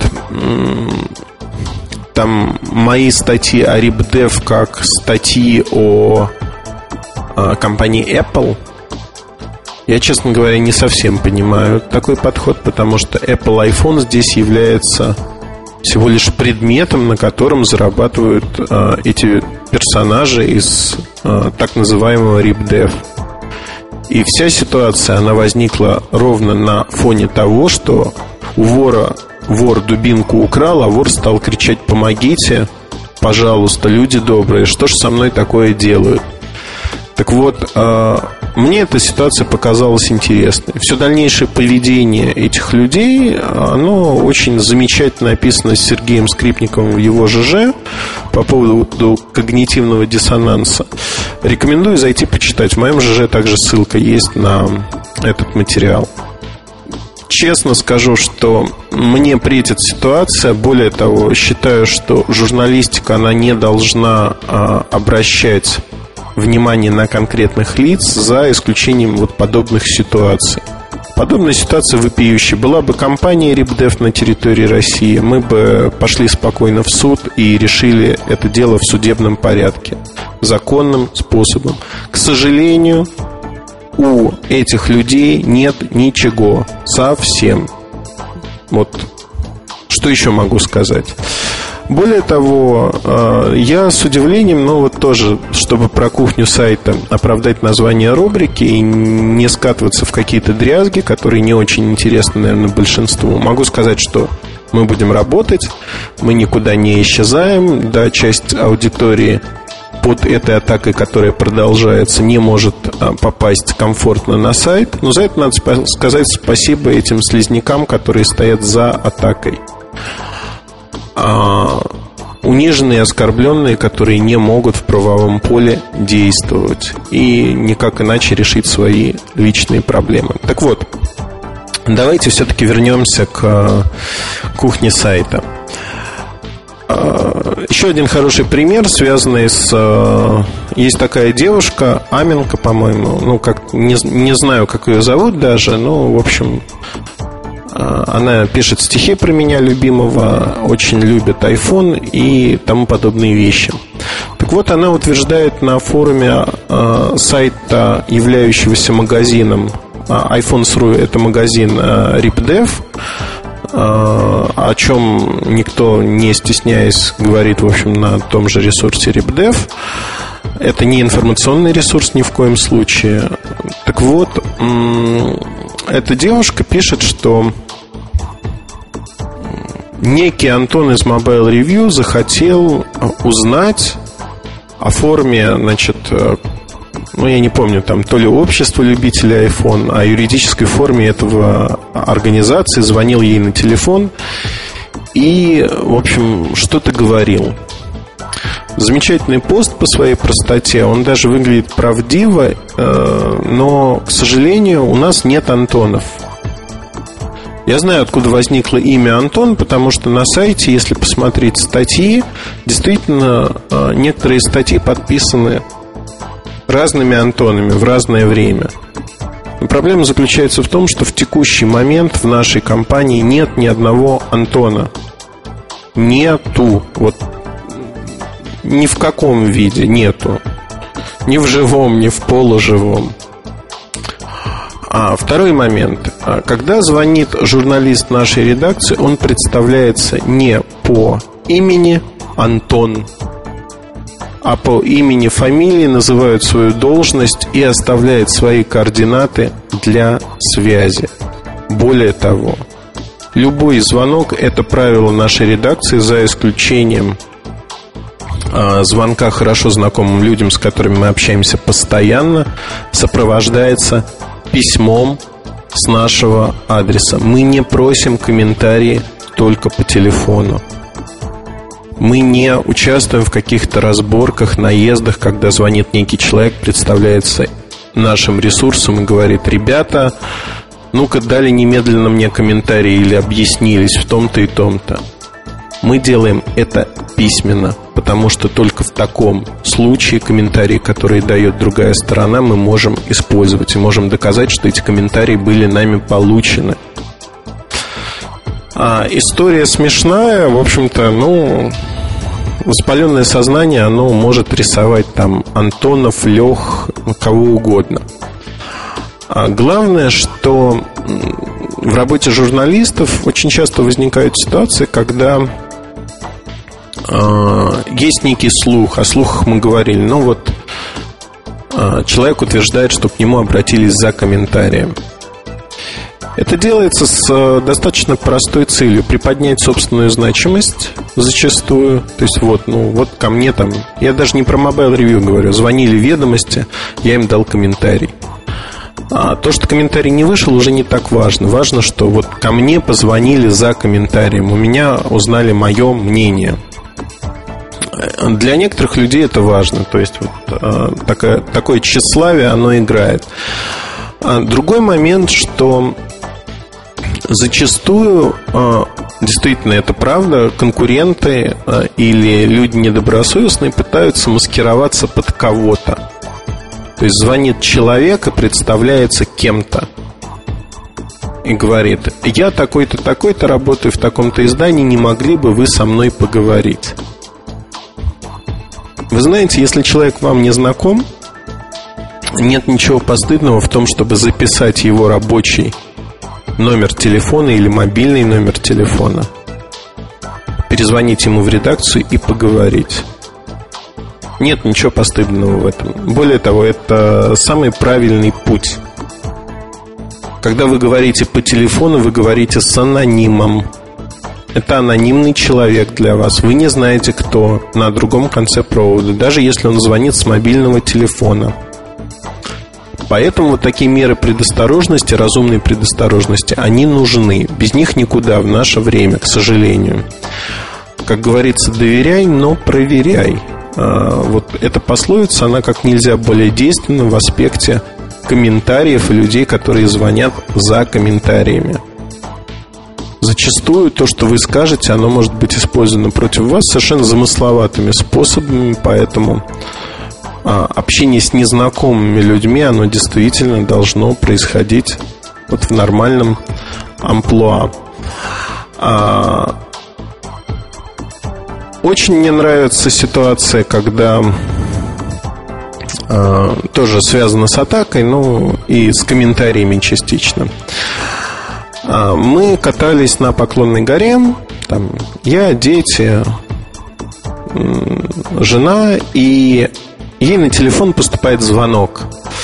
там мои статьи о RipDev как статьи о компании Apple, я, честно говоря, не совсем понимаю такой подход, потому что Apple iPhone здесь является всего лишь предметом, на котором зарабатывают эти персонажи из так называемого RipDev. И вся ситуация, она возникла ровно на фоне того, что у вор дубинку украл, а вор стал кричать: «Помогите, пожалуйста, люди добрые, что ж со мной такое делают?» Так вот, мне эта ситуация показалась интересной. Все дальнейшее поведение этих людей, оно очень замечательно описано Сергеем Скрипниковым в его ЖЖ по поводу когнитивного диссонанса. Рекомендую зайти почитать. В моем ЖЖ также ссылка есть на этот материал. Честно скажу, что мне претит ситуация. Более того, считаю, что журналистика, она не должна обращать внимание на конкретных лиц, за исключением вот подобных ситуаций. Подобная ситуация вопиющая. Была бы компания RipDev на территории России, мы бы пошли спокойно в суд и решили это дело в судебном порядке, законным способом. К сожалению, у этих людей нет ничего совсем. Вот что еще могу сказать? Более того, я с удивлением, тоже, чтобы про кухню сайта оправдать название рубрики и не скатываться в какие-то дрязги, которые не очень интересны, наверное, большинству, могу сказать, что мы будем работать, мы никуда не исчезаем, да, часть аудитории под этой атакой, которая продолжается, не может попасть комфортно на сайт. Но за это надо сказать спасибо этим слизнякам, которые стоят за атакой. Униженные, оскорбленные, которые не могут в правовом поле действовать и никак иначе решить свои личные проблемы. Так вот, давайте все-таки вернемся к кухне сайта. Еще один хороший пример, связанный с... Есть такая девушка, Аменка, по-моему. Не знаю, как ее зовут даже. В общем, она пишет стихи про меня любимого, очень любит iPhone и тому подобные вещи. Так вот, она утверждает на форуме сайта, являющегося магазином iPhones.ru, это магазин RipDev, о чем никто, не стесняясь, говорит, в общем, на том же ресурсе RipDev. Это не информационный ресурс ни в коем случае. Так вот, эта девушка пишет, что некий Антон из Mobile Review захотел узнать о форуме, я не помню, там то ли общество любителей iPhone, о юридической форме этого организации, звонил ей на телефон и, в общем, что-то говорил. Замечательный пост по своей простоте. Он даже выглядит правдиво, но, к сожалению, у нас нет Антонов. Я знаю, откуда возникло имя Антон, потому что на сайте, если посмотреть статьи, действительно, некоторые статьи подписаны разными Антонами в разное время. Но проблема заключается в том, что в текущий момент в нашей компании нет ни одного Антона. Нету. Вот ни в каком виде нету. Ни в живом, ни в полуживом. Второй момент. Когда звонит журналист нашей редакции, он представляется не по имени Антон, а по имени, фамилии, называют свою должность и оставляет свои координаты для связи. Более того, любой звонок – это правило нашей редакции, за исключением звонка хорошо знакомым людям, с которыми мы общаемся постоянно, сопровождается письмом с нашего адреса. Мы не просим комментарии только по телефону. Мы не участвуем в каких-то разборках, наездах, когда звонит некий человек, представляется нашим ресурсом и говорит: ребята, ну-ка дали немедленно мне комментарии или объяснились в том-то и том-то. Мы делаем это письменно, потому что только в таком случае комментарии, которые дает другая сторона, мы можем использовать и можем доказать, что эти комментарии были нами получены. История смешная, в общем-то, воспаленное сознание, оно может рисовать там Антонов, Лех, кого угодно. Главное, что в работе журналистов очень часто возникают ситуации, когда есть некий слух. О слухах мы говорили. Человек утверждает, что к нему обратились за комментарием. Это делается с достаточно простой целью: приподнять собственную значимость зачастую. То есть вот ко мне там, я даже не про Mobile Review говорю, звонили Ведомости, я им дал комментарий. То, что комментарий не вышел, уже не так важно. Важно, что вот ко мне позвонили за комментарием, у меня узнали мое мнение. Для некоторых людей это важно. То есть такое тщеславие, оно играет. Другой момент, что зачастую, действительно, это правда, конкуренты или люди недобросовестные пытаются маскироваться под кого-то. То есть звонит человек и представляется кем-то и говорит: я такой-то, такой-то, работаю в таком-то издании, не могли бы вы со мной поговорить? Вы знаете, если человек вам не знаком, нет ничего постыдного в том, чтобы записать его рабочий номер телефона или мобильный номер телефона, перезвонить ему в редакцию и поговорить. Нет ничего постыдного в этом. Более того, это самый правильный путь. Когда вы говорите по телефону, вы говорите с анонимом. Это анонимный человек для вас. Вы не знаете, кто на другом конце провода, даже если он звонит с мобильного телефона. Поэтому вот такие меры предосторожности, разумной предосторожности, они нужны. Без них никуда в наше время, к сожалению. Как говорится, доверяй, но проверяй. Вот эта пословица, она как нельзя более действенна в аспекте комментариев и людей, которые звонят за комментариями. Зачастую то, что вы скажете, оно может быть использовано против вас совершенно замысловатыми способами. Поэтому общение с незнакомыми людьми, оно действительно должно происходить вот в нормальном амплуа. Очень мне нравится ситуация, когда тоже связано с атакой, и с комментариями частично. Мы катались на Поклонной горе. Там я, дети, жена, и ей на телефон поступает звонок.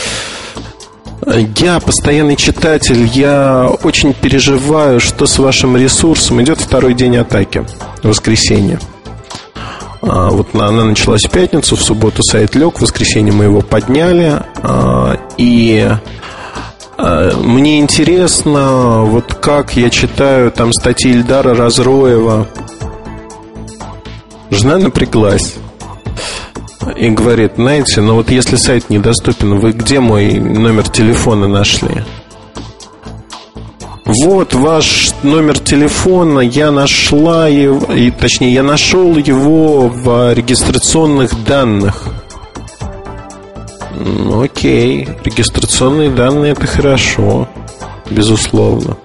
Я постоянный читатель, я очень переживаю, что с вашим ресурсом. Идет второй день атаки, воскресенье. Вот она началась в пятницу, в субботу сайт лег, в воскресенье мы его подняли. И мне интересно, вот как я читаю там статьи Ильдара Разроева. Жена напряглась. и говорит: знаете, но вот если сайт недоступен, вы где мой номер телефона нашли? Вот ваш номер телефона, я нашла его, точнее, я нашел его в регистрационных данных. Окей, регистрационные данные — это хорошо, безусловно.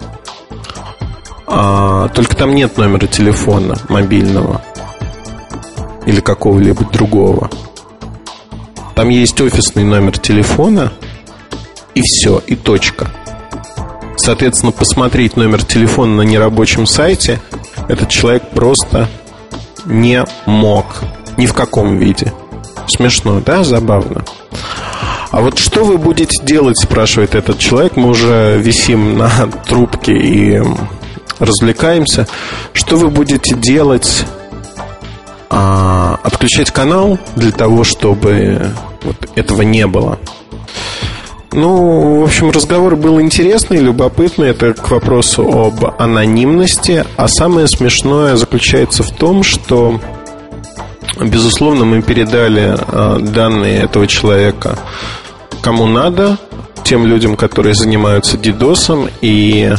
Только там нет номера телефона мобильного или какого-либо другого. Там есть офисный номер телефона, и все, и точка. Соответственно, посмотреть номер телефона на нерабочем сайте этот человек просто не мог. Ни в каком виде. Смешно, да? Забавно. А вот что вы будете делать, спрашивает этот человек. Мы уже висим на трубке и развлекаемся. Что вы будете делать? Отключать канал для того, чтобы вот этого не было? Ну, в общем, разговор был интересный, любопытный. Это к вопросу об анонимности. А самое смешное заключается в том, что, безусловно, мы передали данные этого человека кому надо, тем людям, которые занимаются DDoS. И,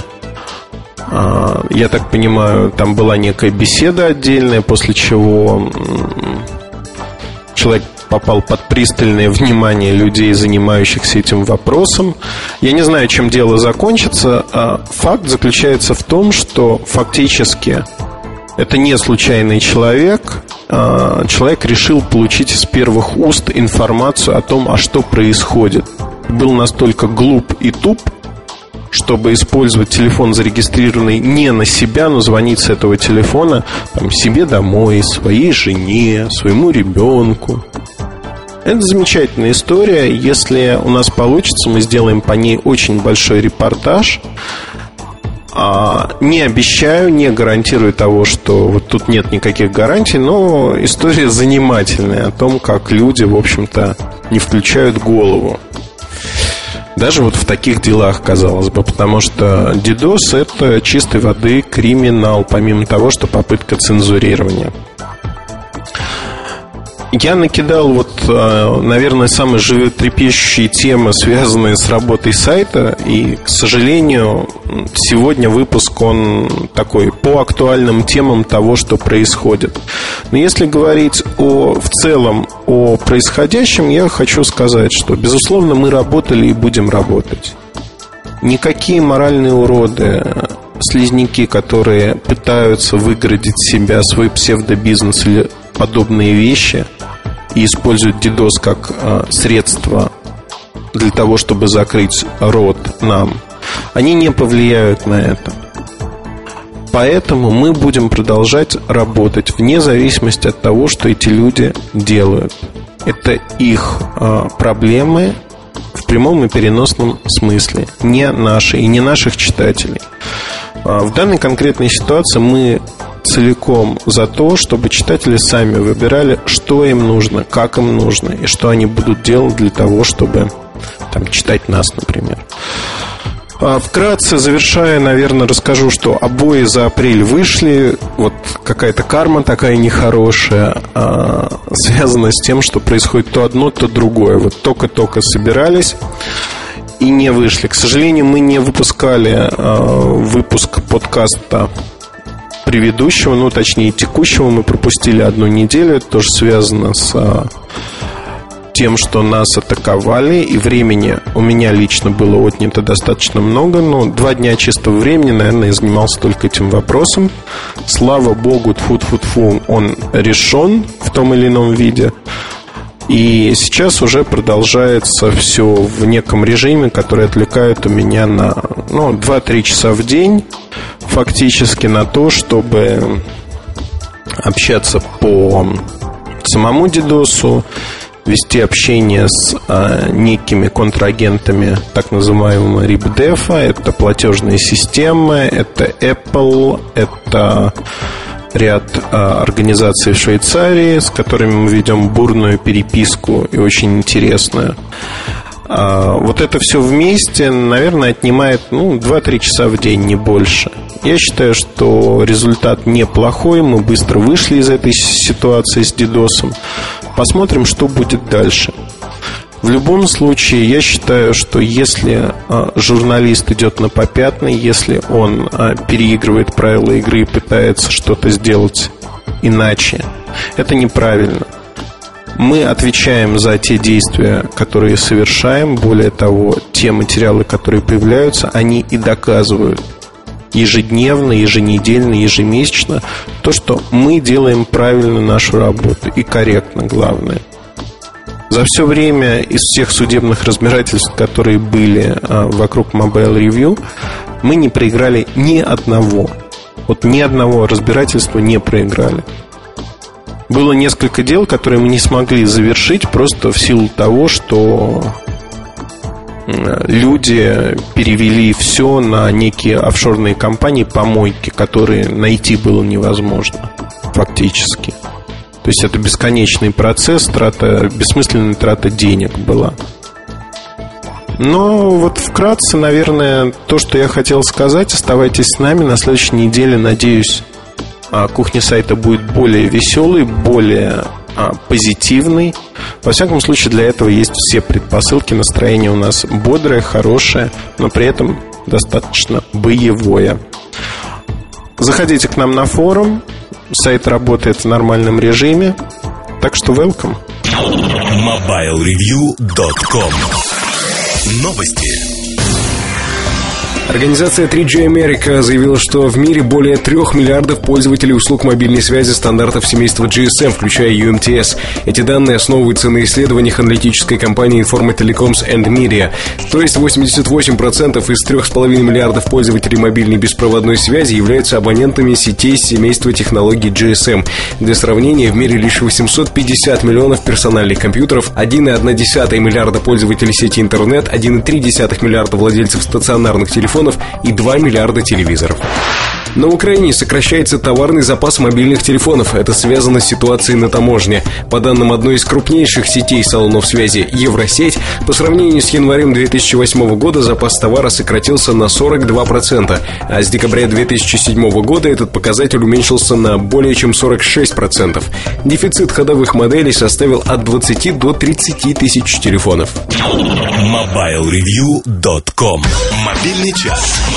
я так понимаю, там была некая беседа отдельная, после чего человек попал под пристальное внимание людей, занимающихся этим вопросом. Я не знаю, чем дело закончится. Факт заключается в том, что фактически это не случайный человек. Человек решил получить из первых уст информацию о том, что происходит. Был настолько глуп и туп, чтобы использовать телефон, зарегистрированный не на себя, но звонить с этого телефона себе домой, своей жене, своему ребенку. Это замечательная история. Если у нас получится, мы сделаем по ней очень большой репортаж. Не обещаю, не гарантирую того, что вот тут нет никаких гарантий, но история занимательная о том, как люди, в общем-то, не включают голову. Даже вот в таких делах, казалось бы. Потому что DDoS — это чистой воды криминал, помимо того, что попытка цензурирования. Я накидал наверное, самые животрепещущие темы, связанные с работой сайта. И, к сожалению, сегодня выпуск, он такой по актуальным темам того, что происходит. Но если говорить в целом о происходящем, я хочу сказать, что, безусловно, мы работали и будем работать. Никакие моральные уроды, слизняки, которые пытаются выгородить себя, свой псевдобизнес или подобные вещи, и используют DDoS как средство для того, чтобы закрыть рот нам, они не повлияют на это. Поэтому мы будем продолжать работать вне зависимости от того, что эти люди делают. Это их проблемы в прямом и переносном смысле, не наши и не наших читателей. В данной конкретной ситуации мы целиком за то, чтобы читатели сами выбирали, что им нужно, как им нужно, и что они будут делать для того, чтобы читать нас, например. Вкратце, завершая, наверное, расскажу, что обои за апрель вышли. Вот какая-то карма такая нехорошая, связанная с тем, что происходит то одно, то другое. Вот только-только собирались и не вышли. К сожалению, мы не выпускали выпуск подкаста предыдущего, точнее текущего. Мы пропустили 1 неделю. Это тоже связано с тем, что нас атаковали, и времени у меня лично было отнято достаточно много. 2 дня чистого времени, наверное, я занимался только этим вопросом. Слава богу, тьфу-тьфу-тьфу, он решен в том или ином виде. И сейчас уже продолжается все в неком режиме, который отвлекает у меня на 2-3 часа в день, фактически на то, чтобы общаться по самому DDoS, вести общение с некими контрагентами так называемого RipDev. Это платежные системы, это Apple, это ряд организаций в Швейцарии, с которыми мы ведем бурную переписку и очень интересную. Вот это все вместе, наверное, отнимает 2-3 часа в день, не больше. Я считаю, что результат неплохой. Мы быстро вышли из этой ситуации с DDoS. посмотрим, что будет дальше. В любом случае, я считаю, что если журналист идет на попятный, если он переигрывает правила игры и пытается что-то сделать иначе, это неправильно. Мы отвечаем за те действия, которые совершаем. Более того, те материалы, которые появляются, они и доказывают ежедневно, еженедельно, ежемесячно то, что мы делаем правильно нашу работу и корректно, главное. За все время из всех судебных разбирательств, которые были вокруг Mobile Review, мы не проиграли ни одного. Вот ни одного разбирательства не проиграли. Было несколько дел, которые мы не смогли завершить просто в силу того, что люди перевели все на некие офшорные компании, помойки, которые найти было невозможно фактически. То есть это бесконечный процесс, бессмысленная трата денег была. Но вот вкратце, наверное, то, что я хотел сказать. Оставайтесь с нами. На следующей неделе, надеюсь, кухня сайта будет более веселой, более позитивной. Во всяком случае, для этого есть все предпосылки. Настроение у нас бодрое, хорошее, но при этом достаточно боевое. Заходите к нам на форум. Сайт работает в нормальном режиме. Так что welcome. MobileReview.com. Новости. Организация 3G America заявила, что в мире более 3 миллиардов пользователей услуг мобильной связи стандартов семейства GSM, включая UMTS. Эти данные основываются на исследованиях аналитической компании Informa Telecoms and Media. То есть 88% из 3,5 миллиардов пользователей мобильной беспроводной связи являются абонентами сетей семейства технологий GSM. Для сравнения, в мире лишь 850 миллионов персональных компьютеров, 1,1 миллиарда пользователей сети интернет, 1,3 миллиарда владельцев стационарных телефонов и 2 миллиарда телевизоров. На Украине сокращается товарный запас мобильных телефонов. Это связано с ситуацией на таможне. По данным одной из крупнейших сетей салонов связи Евросеть, по сравнению с январем 2008 года запас товара сократился на 42%, а с декабря 2007 года этот показатель уменьшился на более чем 46%. Дефицит ходовых моделей составил от 20 до 30 тысяч телефонов. MobileReview.com. Мобильный час.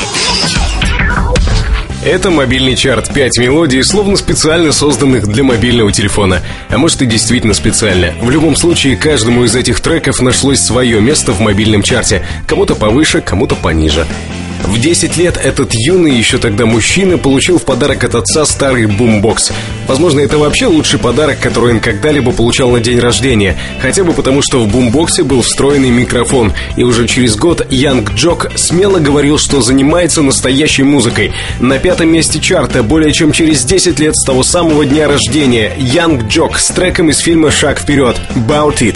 Это мобильный чарт. 5 мелодий, словно специально созданных для мобильного телефона. А может и действительно специально. В любом случае, каждому из этих треков нашлось свое место в мобильном чарте. Кому-то повыше, кому-то пониже. В 10 лет этот юный, еще тогда мужчина, получил в подарок от отца старый бумбокс. Возможно, это вообще лучший подарок, который он когда-либо получал на день рождения. Хотя бы потому, что в бумбоксе был встроенный микрофон. И уже через год Young Jock смело говорил, что занимается настоящей музыкой. На 5-м месте чарта более чем через 10 лет с того самого дня рождения Young Jock с треком из фильма «Шаг вперед» «Bout It».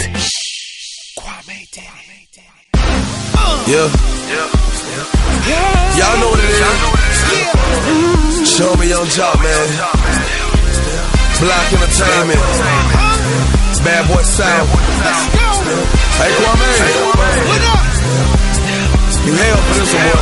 Y'all know what it is. Show me Young Jock, man. Black Entertainment. Bad Boy Sound. Hey, Kwame. You hell for this one,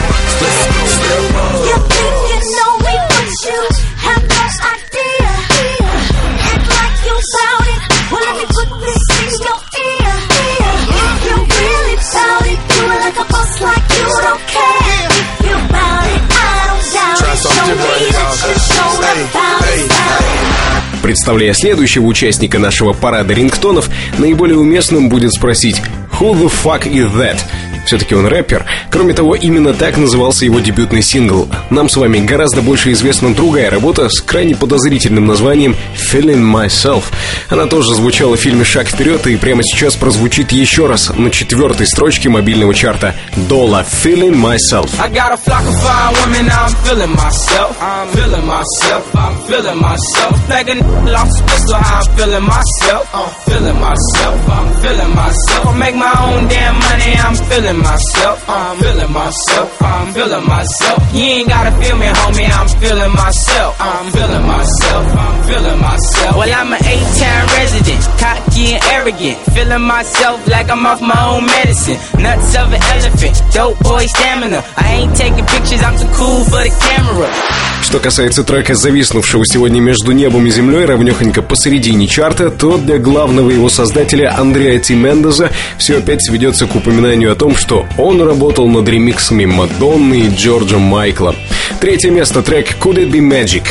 boy. You think you know me, but you have no idea. Act like you bout it. Well, let me put this in your ear. If you really bout it, do it like a boss, like you don't care. If you bout it, I don't doubt it. Show me that you show about it. Представляя следующего участника нашего парада рингтонов, наиболее уместным будет спросить «Who the fuck is that?». Все-таки он рэпер. Кроме того, именно так назывался его дебютный сингл. Нам с вами гораздо больше известна другая работа с крайне подозрительным названием «Feeling Myself». Она тоже звучала в фильме «Шаг вперед» и прямо сейчас прозвучит еще раз на 4-й строчке мобильного чарта. Дола «Feeling Myself». I got a flock of fine women, I'm feeling myself. I'm feeling myself, I'm feeling myself. Like a lost pistol, I'm feeling myself. I'm feeling myself, I'm feeling myself. I make my own damn money, I'm feeling myself, I'm feeling myself, I'm feeling myself. You ain't gotta feel me, homie, I'm feeling myself, I'm feeling myself, I'm feeling myself. Well, I'm an 8-time resident, cocky being arrogant. Feeling myself like I'm off my own medicine. Nuts of an elephant, dope boy stamina. I ain't taking pictures, I'm too cool for the camera. Что касается трека, зависнувшего сегодня между небом и землей, равнёхонько посередине чарта, то для главного его создателя Андреа Ти Мендеса все опять сведется к упоминанию о том, что он работал над ремиксами Мадонны и Джорджа Майкла. Третье место, трек «Could It Be Magic».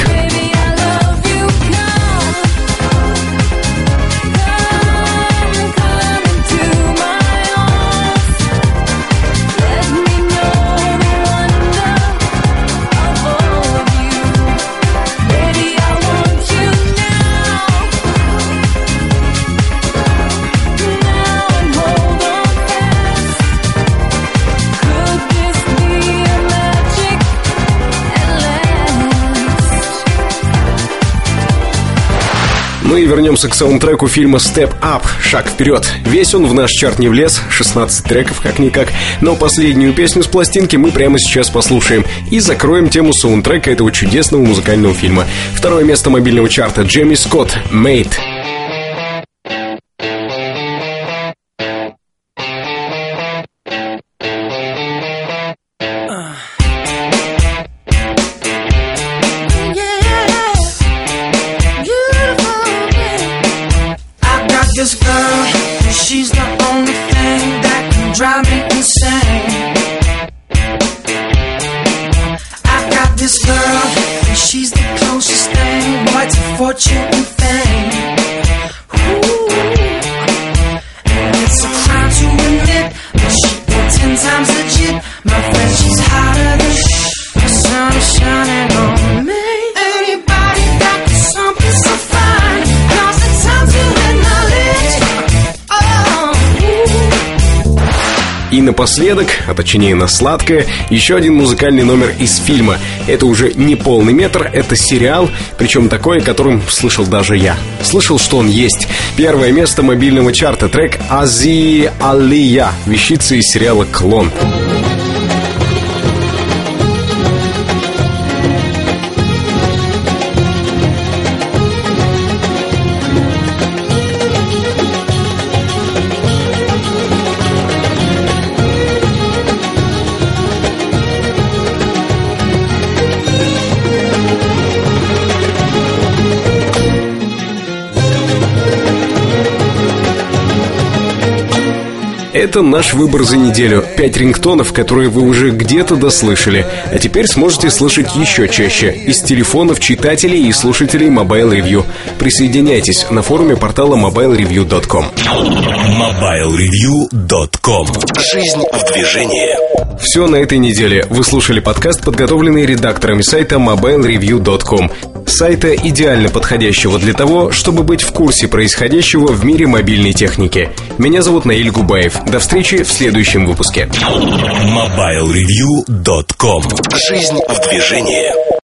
Ну и вернемся к саундтреку фильма «Step Up» «Шаг вперед». Весь он в наш чарт не влез, 16 треков как-никак, но последнюю песню с пластинки мы прямо сейчас послушаем и закроем тему саундтрека этого чудесного музыкального фильма. Второе место мобильного чарта — Джейми Скотт «Made». This girl, she's the only thing that can drive me insane. I got this girl, and she's the closest thing, boy, to fortune and fame. Ooh. And it's a crime to admit, but she ain't 10 times legit. My friend, she's hotter than the sun is shining on me. Anybody got something so fine? Now's the time to acknowledge. И напоследок, а точнее на сладкое, еще один музыкальный номер из фильма. Это уже не полный метр, это сериал, причем такой, о котором слышал даже я. Слышал, что он есть. Первое место мобильного чарта, трек «Ази Алия», вещица из сериала «Клон». Это наш выбор за неделю. 5 рингтонов, которые вы уже где-то дослышали. А теперь сможете слышать еще чаще из телефонов читателей и слушателей Mobile Review. Присоединяйтесь на форуме портала mobilereview.com. mobilereview.com. Жизнь в движении. Все на этой неделе. Вы слушали подкаст, подготовленный редакторами сайта mobilereview.com. Сайта, идеально подходящего для того, чтобы быть в курсе происходящего в мире мобильной техники. Меня зовут Наиль Губаев. До встречи в следующем выпуске. mobilereview.com. Жизнь в движении.